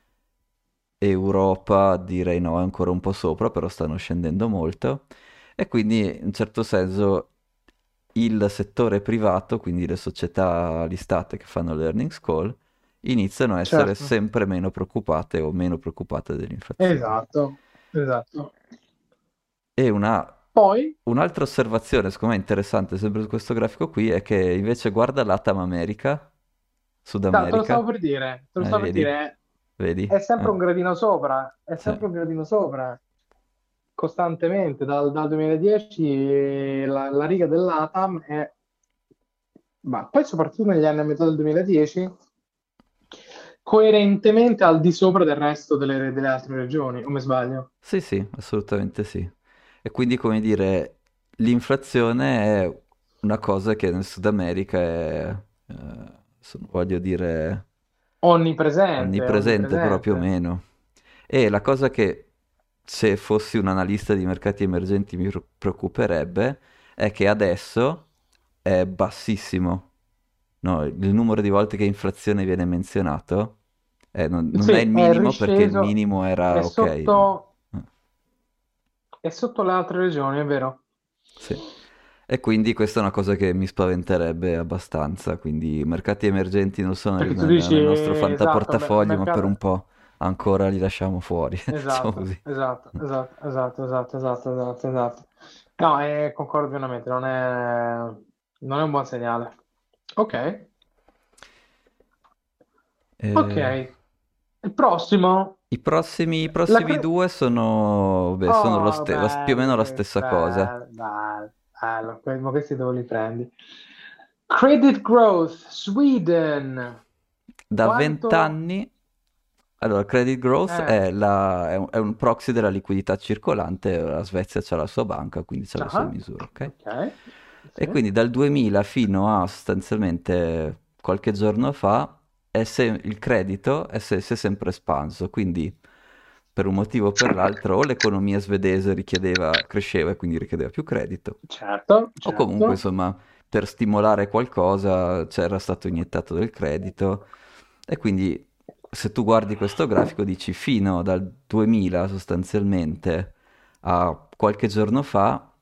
Europa direi no, è ancora un po' sopra, però stanno scendendo molto. E quindi in un certo senso il settore privato, quindi le società listate che fanno le earnings call, iniziano a essere Certo, sempre meno preoccupate o meno preoccupate dell'inflazione. esatto, esatto. E una, Poi, un'altra osservazione, secondo me interessante, sempre su questo grafico qui, è che invece guarda Latam America, Sud no, te lo stavo America, per dire, te lo eh, stavo per vedi? dire, Vedi? è sempre Eh, un gradino sopra, è sì. sempre un gradino sopra, costantemente, dal, dal duemiladieci la, la riga dell'Atam è, ma poi soprattutto negli anni a metà del duemiladieci, coerentemente al di sopra del resto delle, delle altre regioni, o mi sbaglio? Sì, sì, assolutamente sì. E quindi, come dire, l'inflazione è una cosa che nel Sud America è, eh, so- voglio dire, Onnipresente, onnipresente, però più o onnipresente. meno. E la cosa che, se fossi un analista di mercati emergenti, mi pre- preoccuperebbe è che adesso è bassissimo. No, il numero di volte che inflazione viene menzionato eh, non, non è Sì, il è minimo perché il risceso, minimo è era ok. Eh, sotto, è sotto le altre regioni, è vero? sì. E quindi questa è una cosa che mi spaventerebbe abbastanza. Quindi i mercati emergenti non sono nel, Perché tu nel- dici, nel nostro esatto, me- fantaportafoglio, ma per un mercato, po' ancora li lasciamo fuori, diciamo esatto, così. esatto, esatto, esatto, esatto, esatto, esatto, esatto. No, eh, concordo pienamente, non è, non è un buon segnale. Ok, ok. Eh, Il prossimo, i prossimi, i la prossimi cre- due sono, beh, sono lo Oh, ste- lo- più o bello, meno la che stessa cosa. bello, bello, bello. Que- Ma questi dove li prendi? Credit growth, Sweden. Da Quanto? vent'anni, allora, credit growth Eh, è, la- è un, è un proxy della liquidità circolante, la Svezia c'ha la sua banca, quindi c'ha le sue ah, misure, ok? ok, E sì. quindi dal duemila fino a sostanzialmente qualche giorno fa è se- il credito è se- si è sempre espanso, quindi per un motivo o per l'altro o l'economia svedese richiedeva, cresceva e quindi richiedeva più credito, Certo, o comunque certo. insomma per stimolare qualcosa c'era stato iniettato del credito e quindi se tu guardi questo grafico dici fino dal duemila sostanzialmente a qualche giorno fa,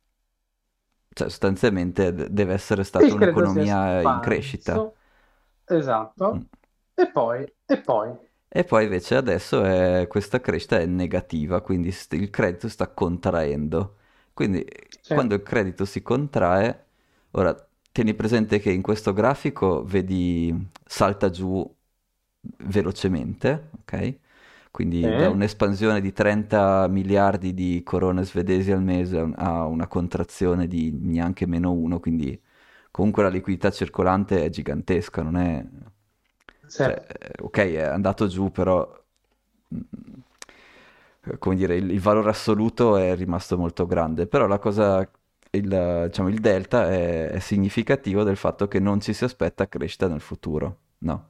cioè sostanzialmente d- deve essere stata Il credo sia un'economia in crescita. espanso, Mm. esatto. E poi, e poi, E poi invece adesso è- questa crescita è negativa, quindi st- il credito sta contraendo. Quindi sì, quando il credito si contrae, ora tieni presente che in questo grafico vedi salta giù velocemente, ok? Quindi da sì, un'espansione di trenta miliardi di corone svedesi al mese a un- a una contrazione di neanche meno uno, quindi comunque la liquidità circolante è gigantesca, non è... sì. Cioè, eh, ok, è andato giù, però, mm, eh, come dire, il, il valore assoluto è rimasto molto grande, però la cosa, il, diciamo, il delta è, è significativo del fatto che non ci si aspetta crescita nel futuro, no?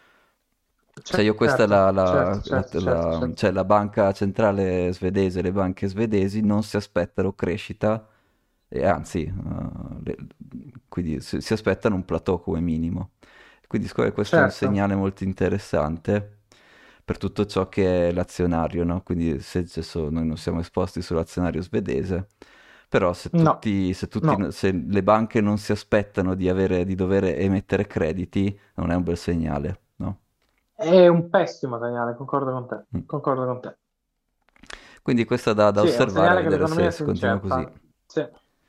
Cioè io questa è la, Certo, la- certo, la- certo, certo, la- certo. cioè la banca centrale svedese, le banche svedesi non si aspettano crescita, e anzi, eh, le- quindi si, si aspettano un plateau come minimo. Quindi secondo me questo è un Certo. segnale molto interessante per tutto ciò che è l'azionario, no? Quindi se adesso noi non siamo esposti sull'azionario svedese, però se No, tutti, se tutti, no. se le banche non si aspettano di avere, di dover emettere crediti, non è un bel segnale, no? È un pessimo segnale, concordo con te. Mm. Concordo con te. Quindi questa da, da Sì, è un osservare, a segnale che vedere se, l'economia se si continua così. inceppa. Sì.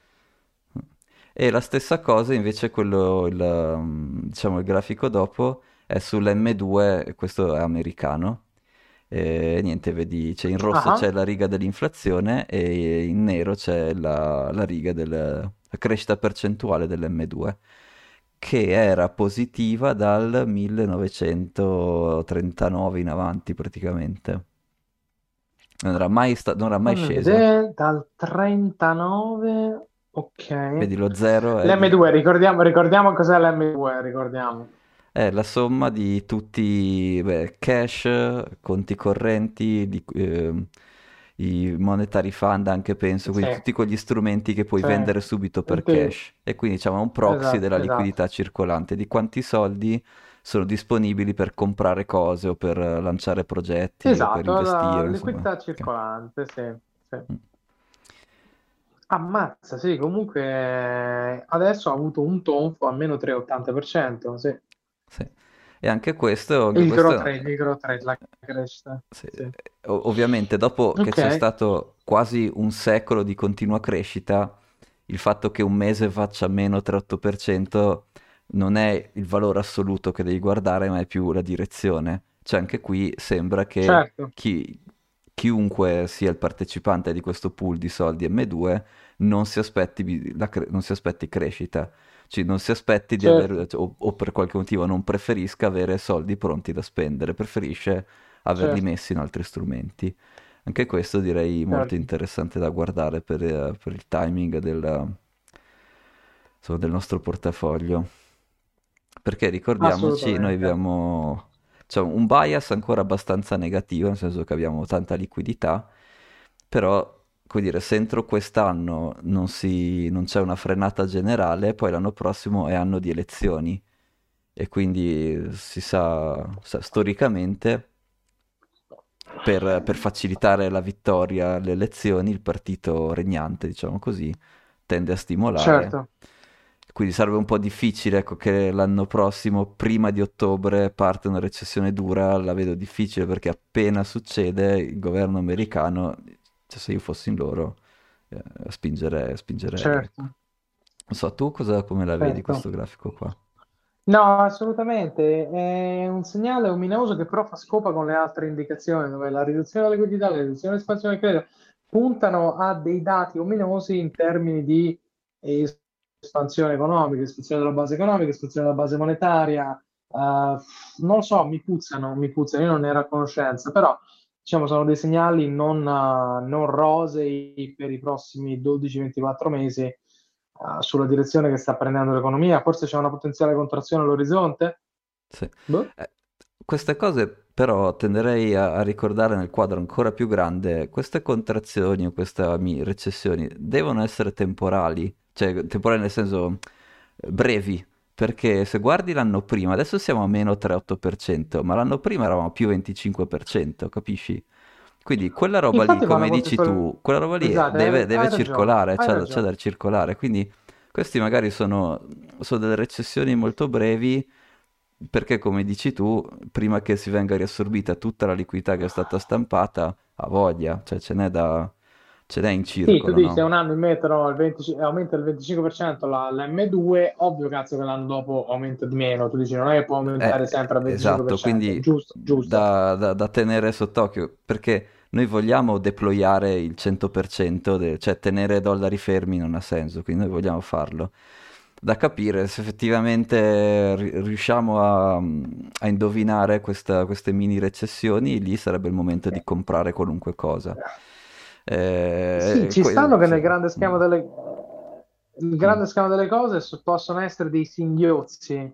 E la stessa cosa invece quello, il, um, diciamo, il grafico dopo è sull'emme due, questo è americano. E niente, vedi, c'è in rosso c'è Ah, la riga dell'inflazione e in nero c'è la, la riga della crescita percentuale dell'emme due, che era positiva dal millenovecentotrentanove in avanti praticamente. Non era mai, sta- non era mai fammi scesa. vedere, dal trentanove, ok. Vedi, lo zero è L'M di due, ricordiamo, ricordiamo cos'è l'M due, ricordiamo. È la somma di tutti, beh, cash, conti correnti, di- ehm, i monetary fund anche penso, Sì, quindi tutti quegli strumenti che puoi sì. vendere subito per Inti- cash. E quindi diciamo è un proxy Esatto, della esatto. liquidità circolante, di quanti soldi sono disponibili per comprare cose o per eh, lanciare progetti o per Esatto, la investire, insomma. liquidità Ok. circolante, sì, sì. Mm, Ammazza, sì, comunque eh, adesso ha avuto un tonfo a meno tre virgola ottanta per cento, sì. sì. E anche questo, anche Il growth questo rate, il growth rate, la crescita, sì, sì. o- ovviamente dopo che Ok, c'è stato quasi un secolo di continua crescita, il fatto che un mese faccia meno tre virgola otto per cento non è il valore assoluto che devi guardare, ma è più la direzione. Cioè anche qui sembra che certo, chi- chiunque sia il partecipante di questo pool di soldi emme due non si aspetti, bi- la cre- non si aspetti crescita. Cioè, non si aspetti di avere, certo, cioè, o, o per qualche motivo non preferisca avere soldi pronti da spendere, preferisce averli certo, messi in altri strumenti. Anche questo direi molto certo, interessante da guardare per, eh, per il timing del, insomma, del nostro portafoglio. Perché ricordiamoci, noi assolutamente. abbiamo c'è un bias ancora abbastanza negativo, nel senso che abbiamo tanta liquidità, però, come dire, se entro quest'anno non si, non c'è una frenata generale, poi l'anno prossimo è anno di elezioni e quindi si sa, sa- storicamente per, per facilitare la vittoria alle elezioni, il partito regnante, diciamo così, tende a stimolare. Certo, Quindi sarebbe un po' difficile, ecco, che l'anno prossimo, prima di ottobre, parte una recessione dura, la vedo difficile perché appena succede il governo americano, cioè se io fossi in loro, eh, spingerei, spingerei, ecco. certo, Non so, tu cosa, come la vedi certo. questo grafico qua? No, assolutamente, è un segnale ominoso che però fa scopa con le altre indicazioni, dove la riduzione della liquidità, la riduzione dell'espansione del credito puntano a dei dati ominosi in termini di espansione economica, espansione della base economica, espansione della base monetaria. Eh, non lo so, mi puzzano, mi puzzano, io non ne ero a conoscenza, però diciamo sono dei segnali non, eh, non rosei per i prossimi dodici ventiquattro mesi eh, sulla direzione che sta prendendo l'economia. Forse c'è una potenziale contrazione all'orizzonte? Sì. Boh. Eh, queste cose però tenderei a, a ricordare nel quadro ancora più grande, queste contrazioni o queste mi- recessioni devono essere temporali, cioè temporali nel senso eh, brevi, perché se guardi l'anno prima, adesso siamo a meno tre virgola otto per cento, ma l'anno prima eravamo a più venticinque per cento, capisci? Quindi quella roba lì, Infatti vanno come dici tu, quella roba lì è- contestualizzate, deve, hai, deve hai ragione, circolare, hai c'è da, c'è ragione. da circolare, quindi questi magari sono, sono delle recessioni molto brevi perché, come dici tu, prima che si venga riassorbita tutta la liquidità che è stata stampata, ha voglia, cioè ce n'è da, ce n'è in Sì, tu circolo, dici se no? un anno mettono il venticinque, aumenta il venticinque per cento la, l'M due, ovvio cazzo che l'anno dopo aumenta di meno, tu dici non è che può aumentare Eh, sempre al esatto, venticinque per cento, quindi giusto, giusto. da, da- da tenere sott'occhio, perché noi vogliamo deployare il cento per cento, de- cioè tenere dollari fermi non ha senso, quindi noi vogliamo farlo. Da capire se effettivamente ri- riusciamo a, a indovinare questa- queste mini recessioni, lì sarebbe il momento di comprare qualunque cosa. Sì, Eh, ci que- stanno che sì. nel grande Mm, schema delle, il mm. grande schema delle cose so- possono essere dei singhiozzi.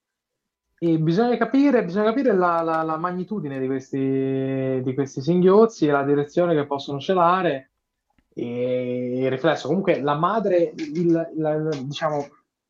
E bisogna capire, bisogna capire la, la- la magnitudine di questi, di questi singhiozzi e la direzione che possono celare e il riflesso. Comunque, la madre, il- la- diciamo,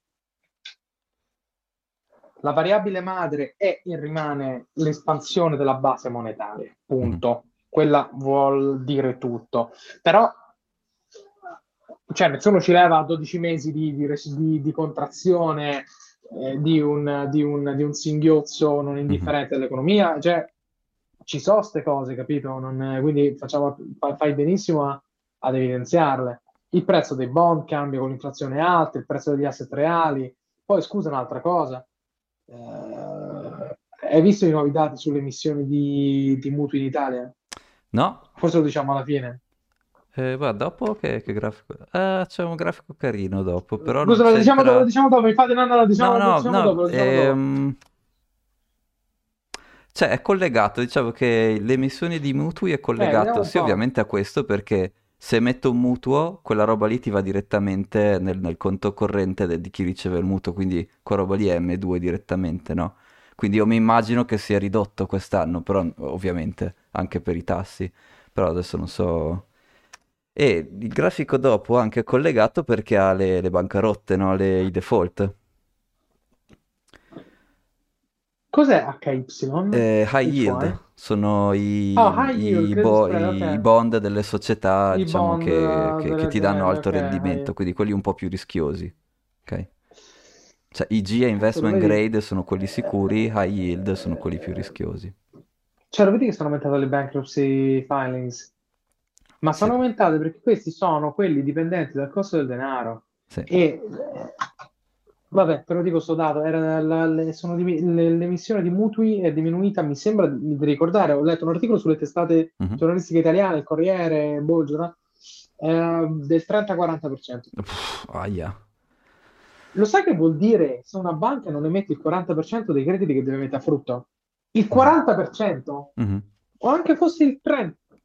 la variabile madre è e rimane l'espansione della base monetaria, Mhm. punto. Quella vuol dire tutto. Però, cioè, nessuno ci leva dodici mesi di, di, di- di contrazione eh, di, un, di, un, di un singhiozzo non Mhm. indifferente dell'economia. Cioè, ci sono queste cose, capito? Non- quindi facciamo, fa- fai benissimo a- ad evidenziarle. Il prezzo dei bond cambia con l'inflazione alta, il prezzo degli asset reali. Poi, scusa, un'altra cosa. Eh, hai visto i nuovi dati sulle emissioni di, di mutui in Italia? No? Forse lo diciamo alla fine. Eh, guarda, dopo che, che grafico? Ah, c'è un grafico carino dopo, però non Scusa, lo diciamo, dopo, lo c'entra... diciamo dopo. Infatti, no, no, lo No, diciamo, lo no, diciamo dopo, no, lo diciamo dopo. ehm, cioè è collegato, diciamo che l'emissione di mutui è Eh, vediamo collegato un sì po'. ovviamente a questo perché se metto un mutuo, quella roba lì ti va direttamente nel, nel conto corrente de- di chi riceve il mutuo, quindi quella roba lì è emme due direttamente, no? Quindi io mi immagino che sia ridotto quest'anno, però ovviamente anche per i tassi, però adesso non so... E il grafico dopo è anche collegato perché ha le, le bancarotte, no? Le- i default. Cos'è H Y? Eh, high H Y? yield sono Ah, i, high yield, i credit bo- spread, i ok. bond delle società, I diciamo, bond che, eh, che- che delle ti danno aziende, alto ok. rendimento, high- quindi quelli un po' più rischiosi. Ok? Cioè, i G e Cazzo, lo investment vedi? grade sono quelli sicuri, high yield sono quelli più rischiosi. Cioè, lo vedi che sono aumentate le bankruptcy filings? Ma Sì, sono aumentate perché questi sono quelli dipendenti dal costo del denaro. sì. E eh, vabbè, te lo dico sto dato, era la- le- sono dimi- le- l'emissione di mutui è diminuita, mi sembra di, di ricordare, ho letto un articolo sulle testate Mhm. giornalistiche italiane, il Corriere, boh, il giornale, eh, del trenta-quaranta per cento. Uff, ahia. Lo sai che vuol dire se una banca non emette il quaranta per cento dei crediti che deve mettere a frutto? Il Mhm. quaranta per cento? Mhm. O anche fosse il trenta per cento.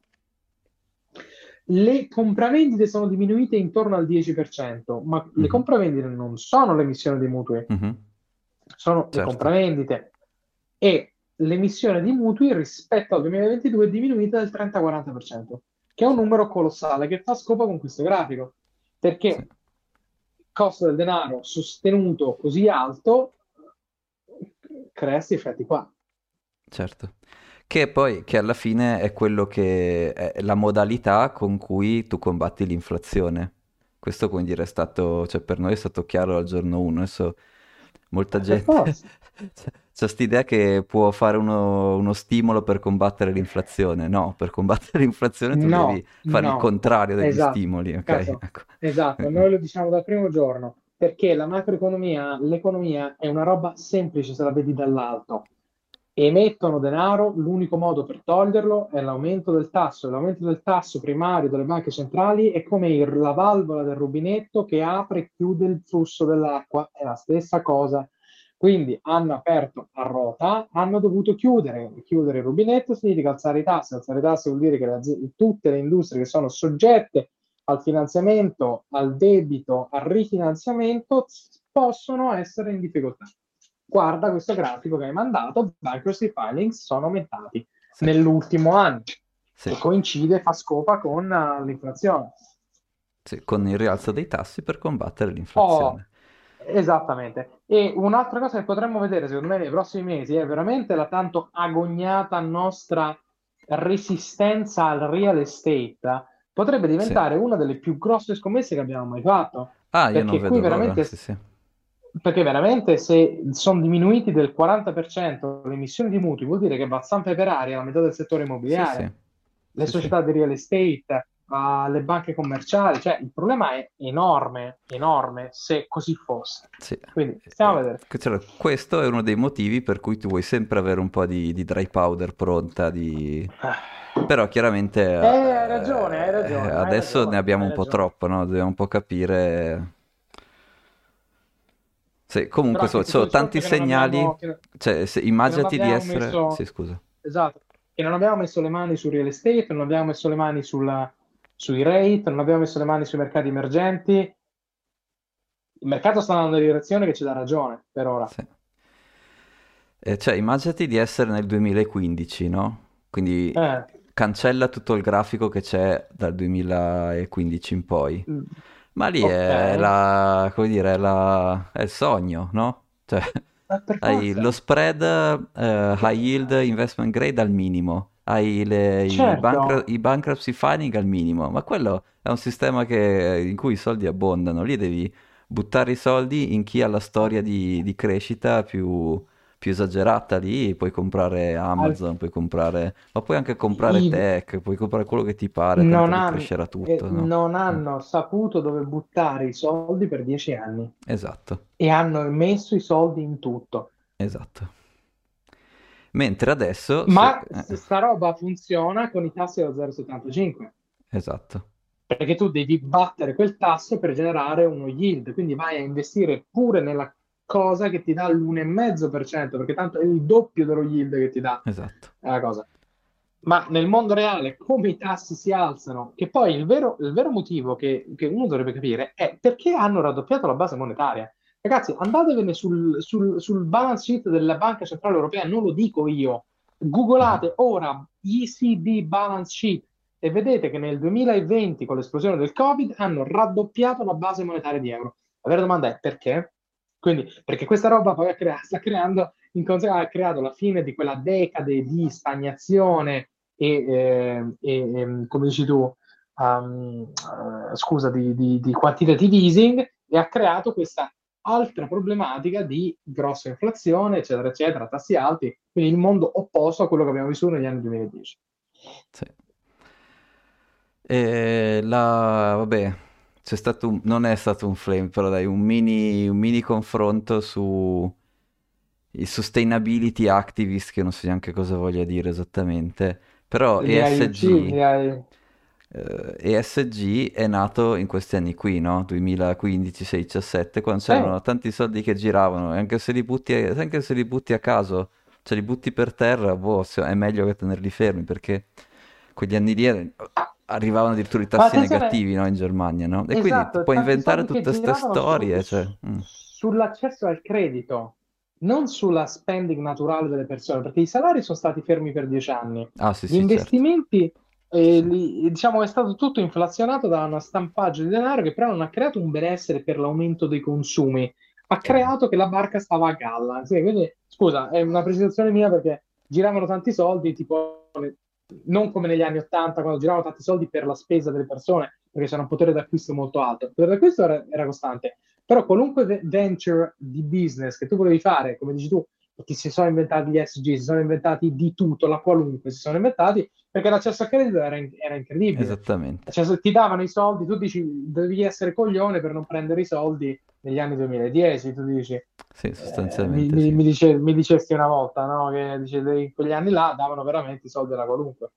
Le compravendite sono diminuite intorno al dieci per cento, ma le Mhm. compravendite non sono l'emissione dei mutui, Mhm. sono le Certo. compravendite. E l'emissione di mutui rispetto al duemilaventidue è diminuita del trenta-quaranta per cento, che è un Sì, numero colossale che fa scopo con questo grafico, sì, perché il costo del denaro sostenuto così alto crea questi effetti qua. certo. Che poi, che alla fine è quello che è la modalità con cui tu combatti l'inflazione. Questo, come dire, è stato, cioè per noi è stato chiaro dal giorno uno. Adesso molta Eh, per gente forza. c'è quest'idea che può fare uno, uno stimolo per combattere l'inflazione. No, per combattere l'inflazione tu devi No, fare il no, contrario degli esatto, stimoli, ok? cazzo, Ecco. esatto, noi lo diciamo dal primo giorno, perché la macroeconomia, l'economia è una roba semplice se la vedi dall'alto. Emettono denaro, l'unico modo per toglierlo è l'aumento del tasso. E l'aumento del tasso primario delle banche centrali è come il- la valvola del rubinetto che apre e chiude il flusso dell'acqua, è la stessa cosa. Quindi hanno aperto a rota, hanno dovuto chiudere. Chiudere il rubinetto significa alzare i tassi. Alzare i tassi vuol dire che le azi- tutte le industrie che sono soggette al finanziamento, al debito, al rifinanziamento possono essere in difficoltà. Guarda questo grafico che hai mandato, bankruptcy filings sono aumentati Sì, nell'ultimo anno sì, e coincide, fa scopa con uh, l'inflazione. sì, con il rialzo dei tassi per combattere Oh, l'inflazione. esattamente. E un'altra cosa che potremmo vedere, secondo me, nei prossimi mesi è veramente la tanto agognata nostra resistenza al real estate. Potrebbe Sì. diventare una delle più grosse scommesse che abbiamo mai fatto. Ah, io non Perché qui vedo l'ora, veramente, sì, sì. perché veramente se sono diminuiti del quaranta per cento le emissioni di mutui, vuol dire che va a zampe per aria la metà del settore Sì, sì, immobiliare, le sì, sì, società di real estate, uh, le banche commerciali, cioè il problema è enorme, enorme se così fosse. sì. Quindi stiamo a Eh, vedere. eh, cioè, questo è uno dei motivi per cui tu vuoi sempre avere un po' di, di dry powder pronta, di... Però chiaramente Eh, hai ragione, hai eh, ragione, hai adesso ne ragione, abbiamo hai un po' ragione. troppo, no? Dobbiamo un po' capire... Sì, Però comunque anche so- il tutto sono il discorso tanti è che non abbiamo, segnali, che, cioè se- che non immaginati di abbiamo essere... Sì, messo, scusa. esatto, che non abbiamo messo le mani sul real estate, non abbiamo messo le mani sulla- sui rate, non abbiamo messo le mani sui mercati emergenti. Il mercato sta andando in una direzione che ci dà ragione per ora. Sì. Eh, cioè, immaginati di essere nel duemilaquindici, no? Quindi Eh, cancella tutto il grafico che c'è dal duemilaquindici in poi. mm, Ma lì ok, è la, come dire, è la, è il sogno, no? Cioè, ma per hai lo forza, spread eh, high yield investment grade al minimo, hai le- i, bankru- certo. i bankruptcy filing al minimo, ma quello è un sistema che- in cui i soldi abbondano. Lì devi buttare i soldi in chi ha la storia di, di crescita più più esagerata lì, puoi comprare Al- Amazon, puoi comprare, ma puoi anche comprare i- tech, puoi comprare quello che ti pare, tanto non lì han- crescerà eh, tutto, no? non Mm. hanno saputo dove buttare i soldi per dieci anni Esatto, e hanno messo i soldi in tutto. esatto. Mentre adesso, se... Ma eh, s- sta roba funziona con i tassi dello zero virgola settantacinque, esatto, perché tu devi battere quel tasso per generare uno yield, quindi vai a investire pure nella cosa che ti dà l'uno virgola cinque per cento, perché tanto è il doppio dello yield che ti dà esatto. la cosa. Ma nel mondo reale, come i tassi si alzano, che poi il vero, il vero motivo che, che uno dovrebbe capire è perché hanno raddoppiato la base monetaria. Ragazzi, andatevene sul, sul, sul balance sheet della Banca Centrale Europea, non lo dico io. Mhm. Googolate ora E C B balance sheet e vedete che nel duemilaventi, con l'esplosione del Covid, hanno raddoppiato la base monetaria di euro. La vera domanda è perché? Quindi, perché questa roba poi ha crea- sta creando, in conseguenza, ha creato la fine di quella decade di stagnazione e, eh, e, ehm, come dici tu, um, eh, scusa, di, di, di quantitative easing e ha creato questa altra problematica di grossa inflazione, eccetera, eccetera, tassi alti, quindi il mondo opposto a quello che abbiamo vissuto negli anni duemiladieci. Sì. E la... vabbè, c'è stato un... non è stato un flame, però dai, un mini, un mini confronto su i sustainability activist, che non so neanche cosa voglia dire esattamente, però Li hai uccisi, E S G, li hai... eh, E S G è nato in questi anni qui, no? duemilaquindici, sei, diciassette, quando Sì, c'erano tanti soldi che giravano, e anche se li butti, anche se li butti a caso, cioè li butti per terra, boh, se- è meglio che tenerli fermi, perché quegli anni lì eh, arrivavano addirittura i ma tassi attenzione, negativi, no? In Germania, no? E quindi ti esatto, puoi tanti inventare soldi che tutte queste giravano su- storie, cioè... su- mm, sull'accesso al credito. non sulla spending naturale delle persone, perché i salari sono stati fermi per dieci anni. Ah, sì, Gli sì, certo. investimenti, Sì, eh, sì. li- diciamo, è stato tutto inflazionato da una stampaggio di denaro che però non ha creato un benessere per l'aumento dei consumi, ha Chiaro. creato che la barca stava a galla. Sì, quindi, scusa, è una precisazione mia perché giravano tanti soldi, tipo, non come negli anni Ottanta, quando giravano tanti soldi per la spesa delle persone, perché c'era un potere d'acquisto molto alto. Il potere d'acquisto era, era costante, però qualunque ve- venture di business che tu volevi fare, come dici tu, perché si sono inventati gli S G, si sono inventati di tutto, la qualunque, si sono inventati perché l'accesso a credito era, in- era incredibile. Esattamente. Cioè, se ti davano i soldi, tu dici devi essere coglione per non prendere i soldi negli anni duemiladieci, tu dici, Sì, eh, mi, sostanzialmente mi, sì. mi dice- mi dicesti una volta, no? Che dice, in quegli anni là davano veramente i soldi alla qualunque.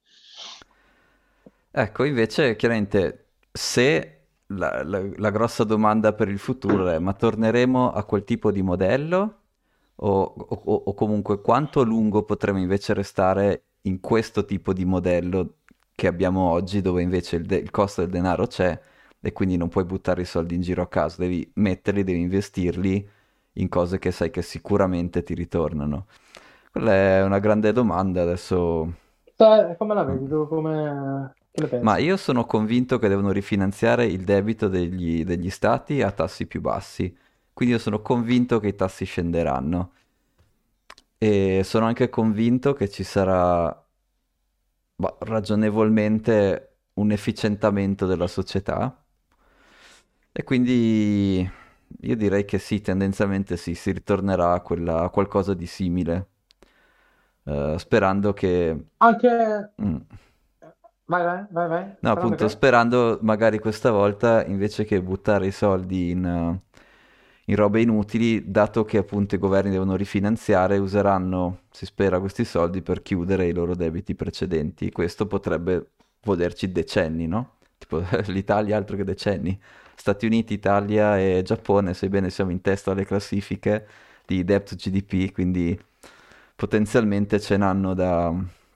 Ecco, invece, chiaramente, se la, la- la grossa domanda per il futuro è, ma torneremo a quel tipo di modello? O, o- o comunque quanto a lungo potremo invece restare in questo tipo di modello che abbiamo oggi, dove invece il, de- il costo del denaro c'è e quindi non puoi buttare i soldi in giro a caso, devi metterli, devi investirli in cose che sai che sicuramente ti ritornano. Quella è una grande domanda adesso. Cioè, come la Mm. vedi tu? Come... Che ne Ma pensi? io sono convinto che devono rifinanziare il debito degli, degli stati a tassi più bassi, quindi io sono convinto che i tassi scenderanno e sono anche convinto che ci sarà bah, ragionevolmente un efficientamento della società e quindi io direi che sì, tendenzialmente sì, si ritornerà a, quella- a qualcosa di simile, eh, sperando che... Anche... mm. Vai, vai, vai, vai. No, Sperando appunto, che? sperando magari questa volta invece che buttare i soldi in, eh, in robe inutili, dato che appunto i governi devono rifinanziare, useranno, si spera, questi soldi per chiudere i loro debiti precedenti. Questo potrebbe volerci decenni, no? Tipo l'Italia altro che decenni. Stati Uniti, Italia e Giappone, sebbene siamo in testa alle classifiche di debt G D P, quindi potenzialmente ce n'hanno da,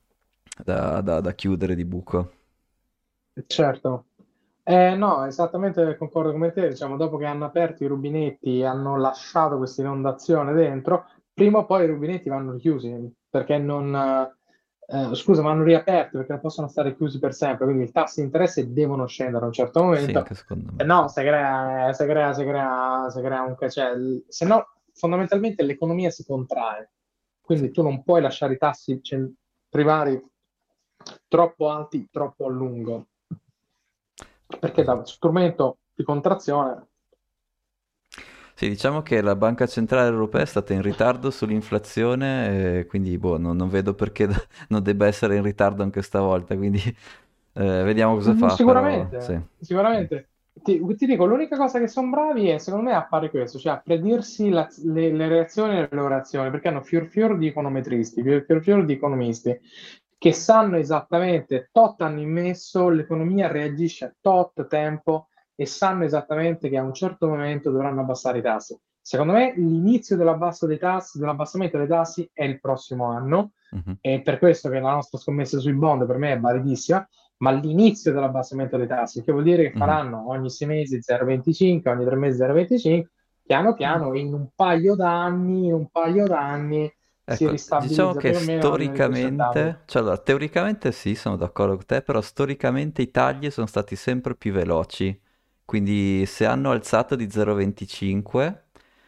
da da- da chiudere di buco. Certo. Eh, no, esattamente concordo come te, diciamo, dopo che hanno aperto i rubinetti e hanno lasciato questa inondazione dentro, prima o poi i rubinetti vanno richiusi, perché non, eh, scusa, vanno riaperti perché non possono stare chiusi per sempre, quindi i tassi di interesse devono scendere a un certo Sì, momento, anche secondo se me, sì. no si crea, si crea, si crea, si crea un, cioè, il- se no fondamentalmente l'economia si contrae, Sì. quindi tu non puoi lasciare i tassi cen- primari troppo alti troppo a lungo, perché da Esatto. strumento di contrazione. Sì, diciamo che la Banca Centrale Europea è stata in ritardo sull'inflazione, e quindi boh, non, non vedo perché non debba essere in ritardo anche stavolta, quindi eh, vediamo cosa Mm, fa, però sì. Sicuramente, sicuramente. Ti, ti dico, l'unica cosa che sono bravi è, secondo me, a fare questo, cioè a predirsi la- le, le reazioni e le loro reazioni, perché hanno fior fior di econometristi, fior fior fior di economisti, che sanno esattamente, tot hanno immesso, l'economia reagisce a tot tempo e sanno esattamente che a un certo momento dovranno abbassare i tassi. Secondo me l'inizio dell'abbasso dei tassi, dell'abbassamento dei tassi è il prossimo anno, Mhm, e per questo che la nostra scommessa sui bond per me è validissima, ma all'inizio dell'abbassamento dei tassi, che vuol dire che mhm. faranno ogni sei mesi zero virgola venticinque, ogni tre mesi zero virgola venticinque, piano Mm. piano, in un paio d'anni, in un paio d'anni si Ecco, diciamo ristabilizza che più o meno a livelli accettabili. storicamente, cioè allora, teoricamente sì, sono d'accordo con te, però storicamente i tagli sono stati sempre più veloci, quindi se hanno alzato di zero virgola venticinque,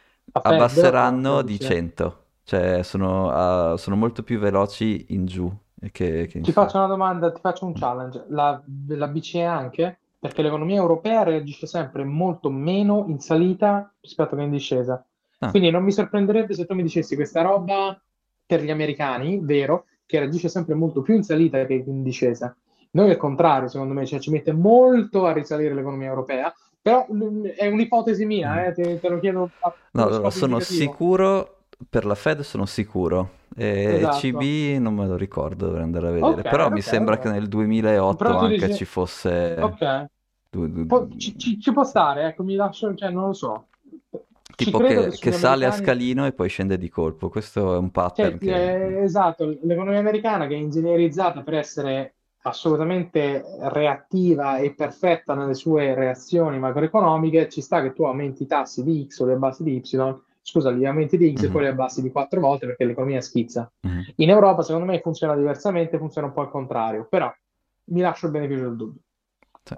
A Fed o che abbasseranno di dice? cento, cioè sono, ah, sono molto più veloci in giù che, che in Ti su. faccio una domanda, ti faccio un Mm. challenge. La, la B C E anche, perché l'economia europea reagisce sempre molto meno in salita rispetto che in discesa. Ah, Quindi non mi sorprenderebbe se tu mi dicessi questa roba per gli americani, vero, che reagisce sempre molto più in salita che in discesa. Noi al contrario, secondo me, cioè, ci mette molto a risalire l'economia europea, però mm, è un'ipotesi mhm. mia, eh, te, te lo chiedo a No, puro allora scopo sono indicativo. sicuro, per la Fed sono sicuro, e Esatto. E C B non me lo ricordo, dovrei andare a vedere, Ok, però mi ok, sembra che ok. nel duemilaotto Però tu anche dici, ci fosse... ok. du- Può- du- ci, ci- ci può stare, ecco, mi lascio, cioè, non lo so. Ci tipo credo che che, che sugli sale a americani, scalino e poi scende di colpo, questo è un pattern cioè, che... eh, esatto, l'economia americana che è ingegnerizzata per essere assolutamente reattiva e perfetta nelle sue reazioni macroeconomiche, ci sta che tu aumenti i tassi di X o li abbassi di Y, scusa, gli aumenti di X e Mhm, poi li abbassi di quattro volte perché l'economia schizza. mhm. In Europa, secondo me, funziona diversamente, funziona un po' al contrario, però mi lascio il beneficio del dubbio. Sì.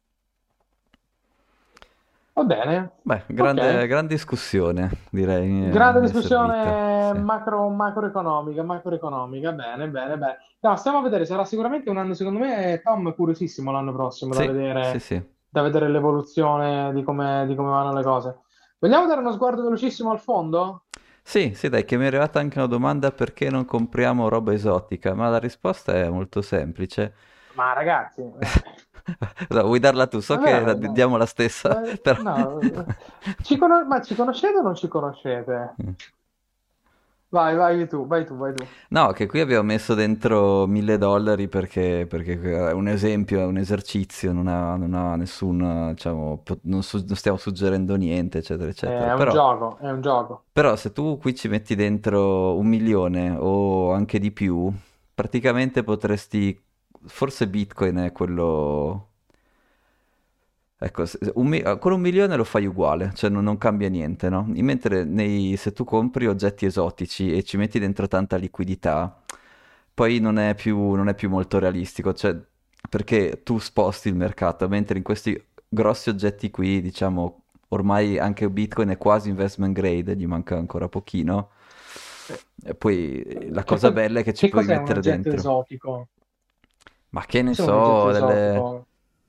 Va bene, Beh, ok. grande, gran discussione, direi, eh, Grande mi è servita. discussione Sì, macro, macroeconomica, macroeconomica, bene, bene, bene. No, stiamo a vedere, sarà sicuramente un anno, secondo me, Tom, curiosissimo l'anno prossimo da sì, sì, vedere, sì. da vedere l'evoluzione di come, di come vanno le cose. Vogliamo dare uno sguardo velocissimo al fondo? Sì, sì, dai, che mi è arrivata anche una domanda perché non compriamo roba esotica, ma la risposta è molto semplice. Ma ragazzi, eh, No, vuoi darla tu? So ma che la- veramente, diamo la stessa, no, però... no, ci cono- ma ci conoscete o non ci conoscete? Vai, vai tu, vai tu, vai tu. No, che qui abbiamo messo dentro mille dollari perché, perché è un esempio, è un esercizio, non ha, non ha nessun, diciamo, po- non, su- non stiamo suggerendo niente, eccetera, eccetera. È un Però, gioco, è un gioco. però se tu qui ci metti dentro un milione o anche di più, praticamente potresti, forse Bitcoin è quello. Ecco, se- un mi- con un milione lo fai uguale, cioè non, non cambia niente, no? Mentre nei- se tu compri oggetti esotici e ci metti dentro tanta liquidità, poi non è più, non è più molto realistico, cioè perché tu sposti il mercato, mentre in questi grossi oggetti qui, diciamo, ormai anche Bitcoin è quasi investment grade, gli manca ancora pochino, e poi la Che, cosa co- bella è che ci che puoi cos'è un mettere oggetto dentro. esotico? Ma che ne Cos'è un oggetto so, delle... esotico?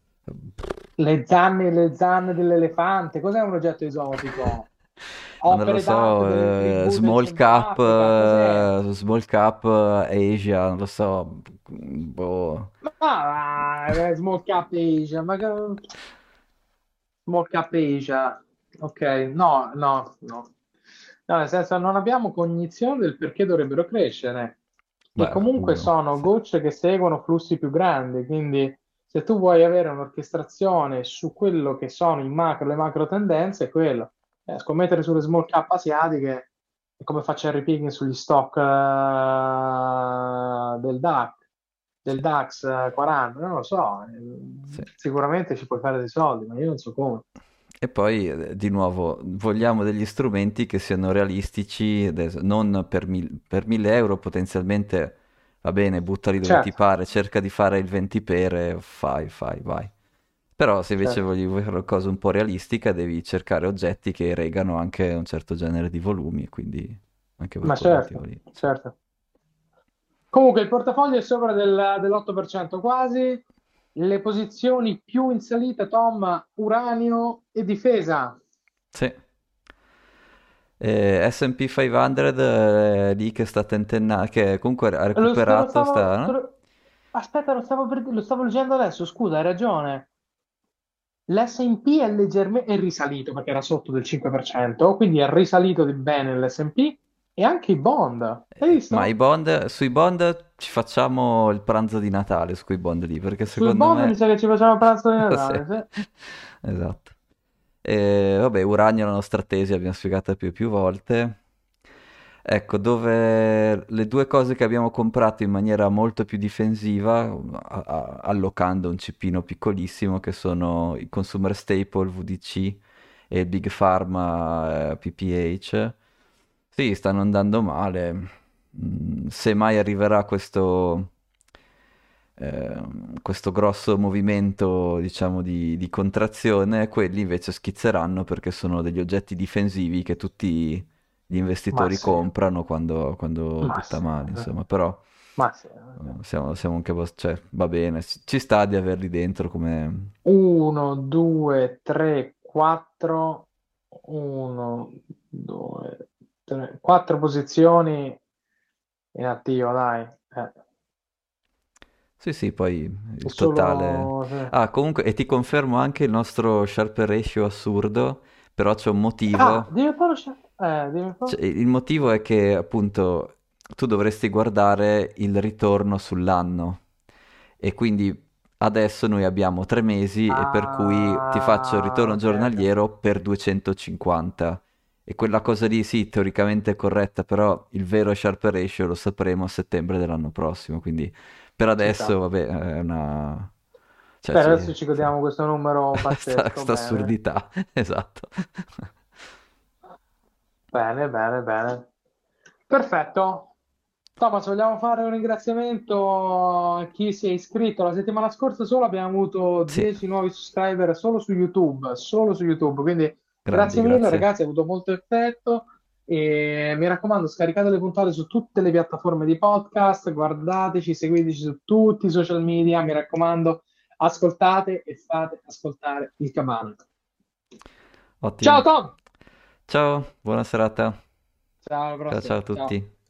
Le zanne, le zanne dell'elefante, cos'è un oggetto esotico? Ma non lo Opere d'arte so, delle eh, tribù del small Centro cap, Africa, cos'è? eh, small cap eh, Asia, non lo so, boh. Ma ah, Small Cap Asia, ma che- Small Cap Asia, ok, no, no, no. No, nel senso non abbiamo cognizione del perché dovrebbero crescere e Beh, comunque uno, sono sì. gocce che seguono flussi più grandi, quindi se tu vuoi avere un'orchestrazione su quello che sono i macro, le macro tendenze, è quello. Eh, scommettere sulle small cap asiatiche è come fare cherry picking sugli stock eh, del DAX, Sì, del DAX eh, quaranta, non lo so, eh, sì. sicuramente ci puoi fare dei soldi, ma io non so come. E poi, eh, di nuovo, vogliamo degli strumenti che siano realistici, adesso, non per, mil- per mille euro potenzialmente, va bene, buttali dove ti Certo, pare, cerca di fare il venti per, fai, fai, vai. Però se invece certo, voglio fare una cosa un po' realistica, devi cercare oggetti che regano anche un certo genere di volumi, quindi anche per ma quel motivo certo, lì. Sì. certo. Comunque il portafoglio è sopra del- dell'otto per cento quasi, le posizioni più in salita, Tom, uranio e difesa. Sì. E S and P cinquecento è lì che sta tentennando, che comunque ha Lo, te lo recuperato, sta, stavo, te no? lo- Aspetta, lo stavo, per- lo stavo leggendo adesso, scusa, hai ragione. L'S and P è leggermente è risalito perché era sotto del cinque per cento, quindi è risalito di bene l'S and P e anche i bond. Hai Ma i visto? bond, sui bond ci facciamo il pranzo di Natale su quei bond lì, perché Sui secondo bond mi me... sa che ci facciamo pranzo di Sì, Natale, sì. esatto. E vabbè, Uranio è la nostra tesi, l'abbiamo spiegata più e più volte. Ecco, dove le due cose che abbiamo comprato in maniera molto più difensiva, a- a- allocando un cipino piccolissimo, che sono i Consumer Staple V D C e il Big Pharma eh, P P H, sì, stanno andando male. Mm, se mai arriverà questo, ehm, questo grosso movimento, diciamo, di, di contrazione, quelli invece schizzeranno perché sono degli oggetti difensivi che tutti gli Ma investitori sì, comprano quando, quando ma butta sì, male, insomma, però ma sì. eh, siamo, siamo anche, abbast- cioè, va bene, ci ci sta di averli dentro come... uno, due, tre, quattro, uno, due, tre, quattro posizioni in attivo, dai. Eh, Sì, sì, poi è il totale... solo... sì. Ah, comunque, e ti confermo anche il nostro Sharp Ratio assurdo, però c'è un Ah, motivo. dimmi un po', lo sci- eh, dimmi un po'. Cioè, il motivo è che appunto tu dovresti guardare il ritorno sull'anno e quindi adesso noi abbiamo tre mesi e per cui ti faccio il Ah, ritorno ok, ok. giornaliero per duecentocinquanta e quella cosa lì sì, teoricamente è corretta, però il vero Sharp Ratio lo sapremo a settembre dell'anno prossimo, quindi per Ci adesso sta. vabbè è una... cioè Per ci... adesso ci sì. godiamo questo numero sta, pazzesco, sta bene. assurdità, esatto. Bene, bene, bene. Perfetto. Thomas, vogliamo fare un ringraziamento a chi si è iscritto. La settimana scorsa solo abbiamo avuto Sì, dieci nuovi subscriber solo su YouTube, solo su YouTube. Quindi grandi, grazie mille grazie. ragazzi, ha avuto molto effetto. E mi raccomando, scaricate le puntate su tutte le piattaforme di podcast, guardateci, seguiteci su tutti i social media. Mi raccomando, ascoltate e fate ascoltare il Cabana. Ottimo. Ciao Tom! Ciao, buona serata. Ciao, alla Ciao ciao prossima. a Ciao. tutti.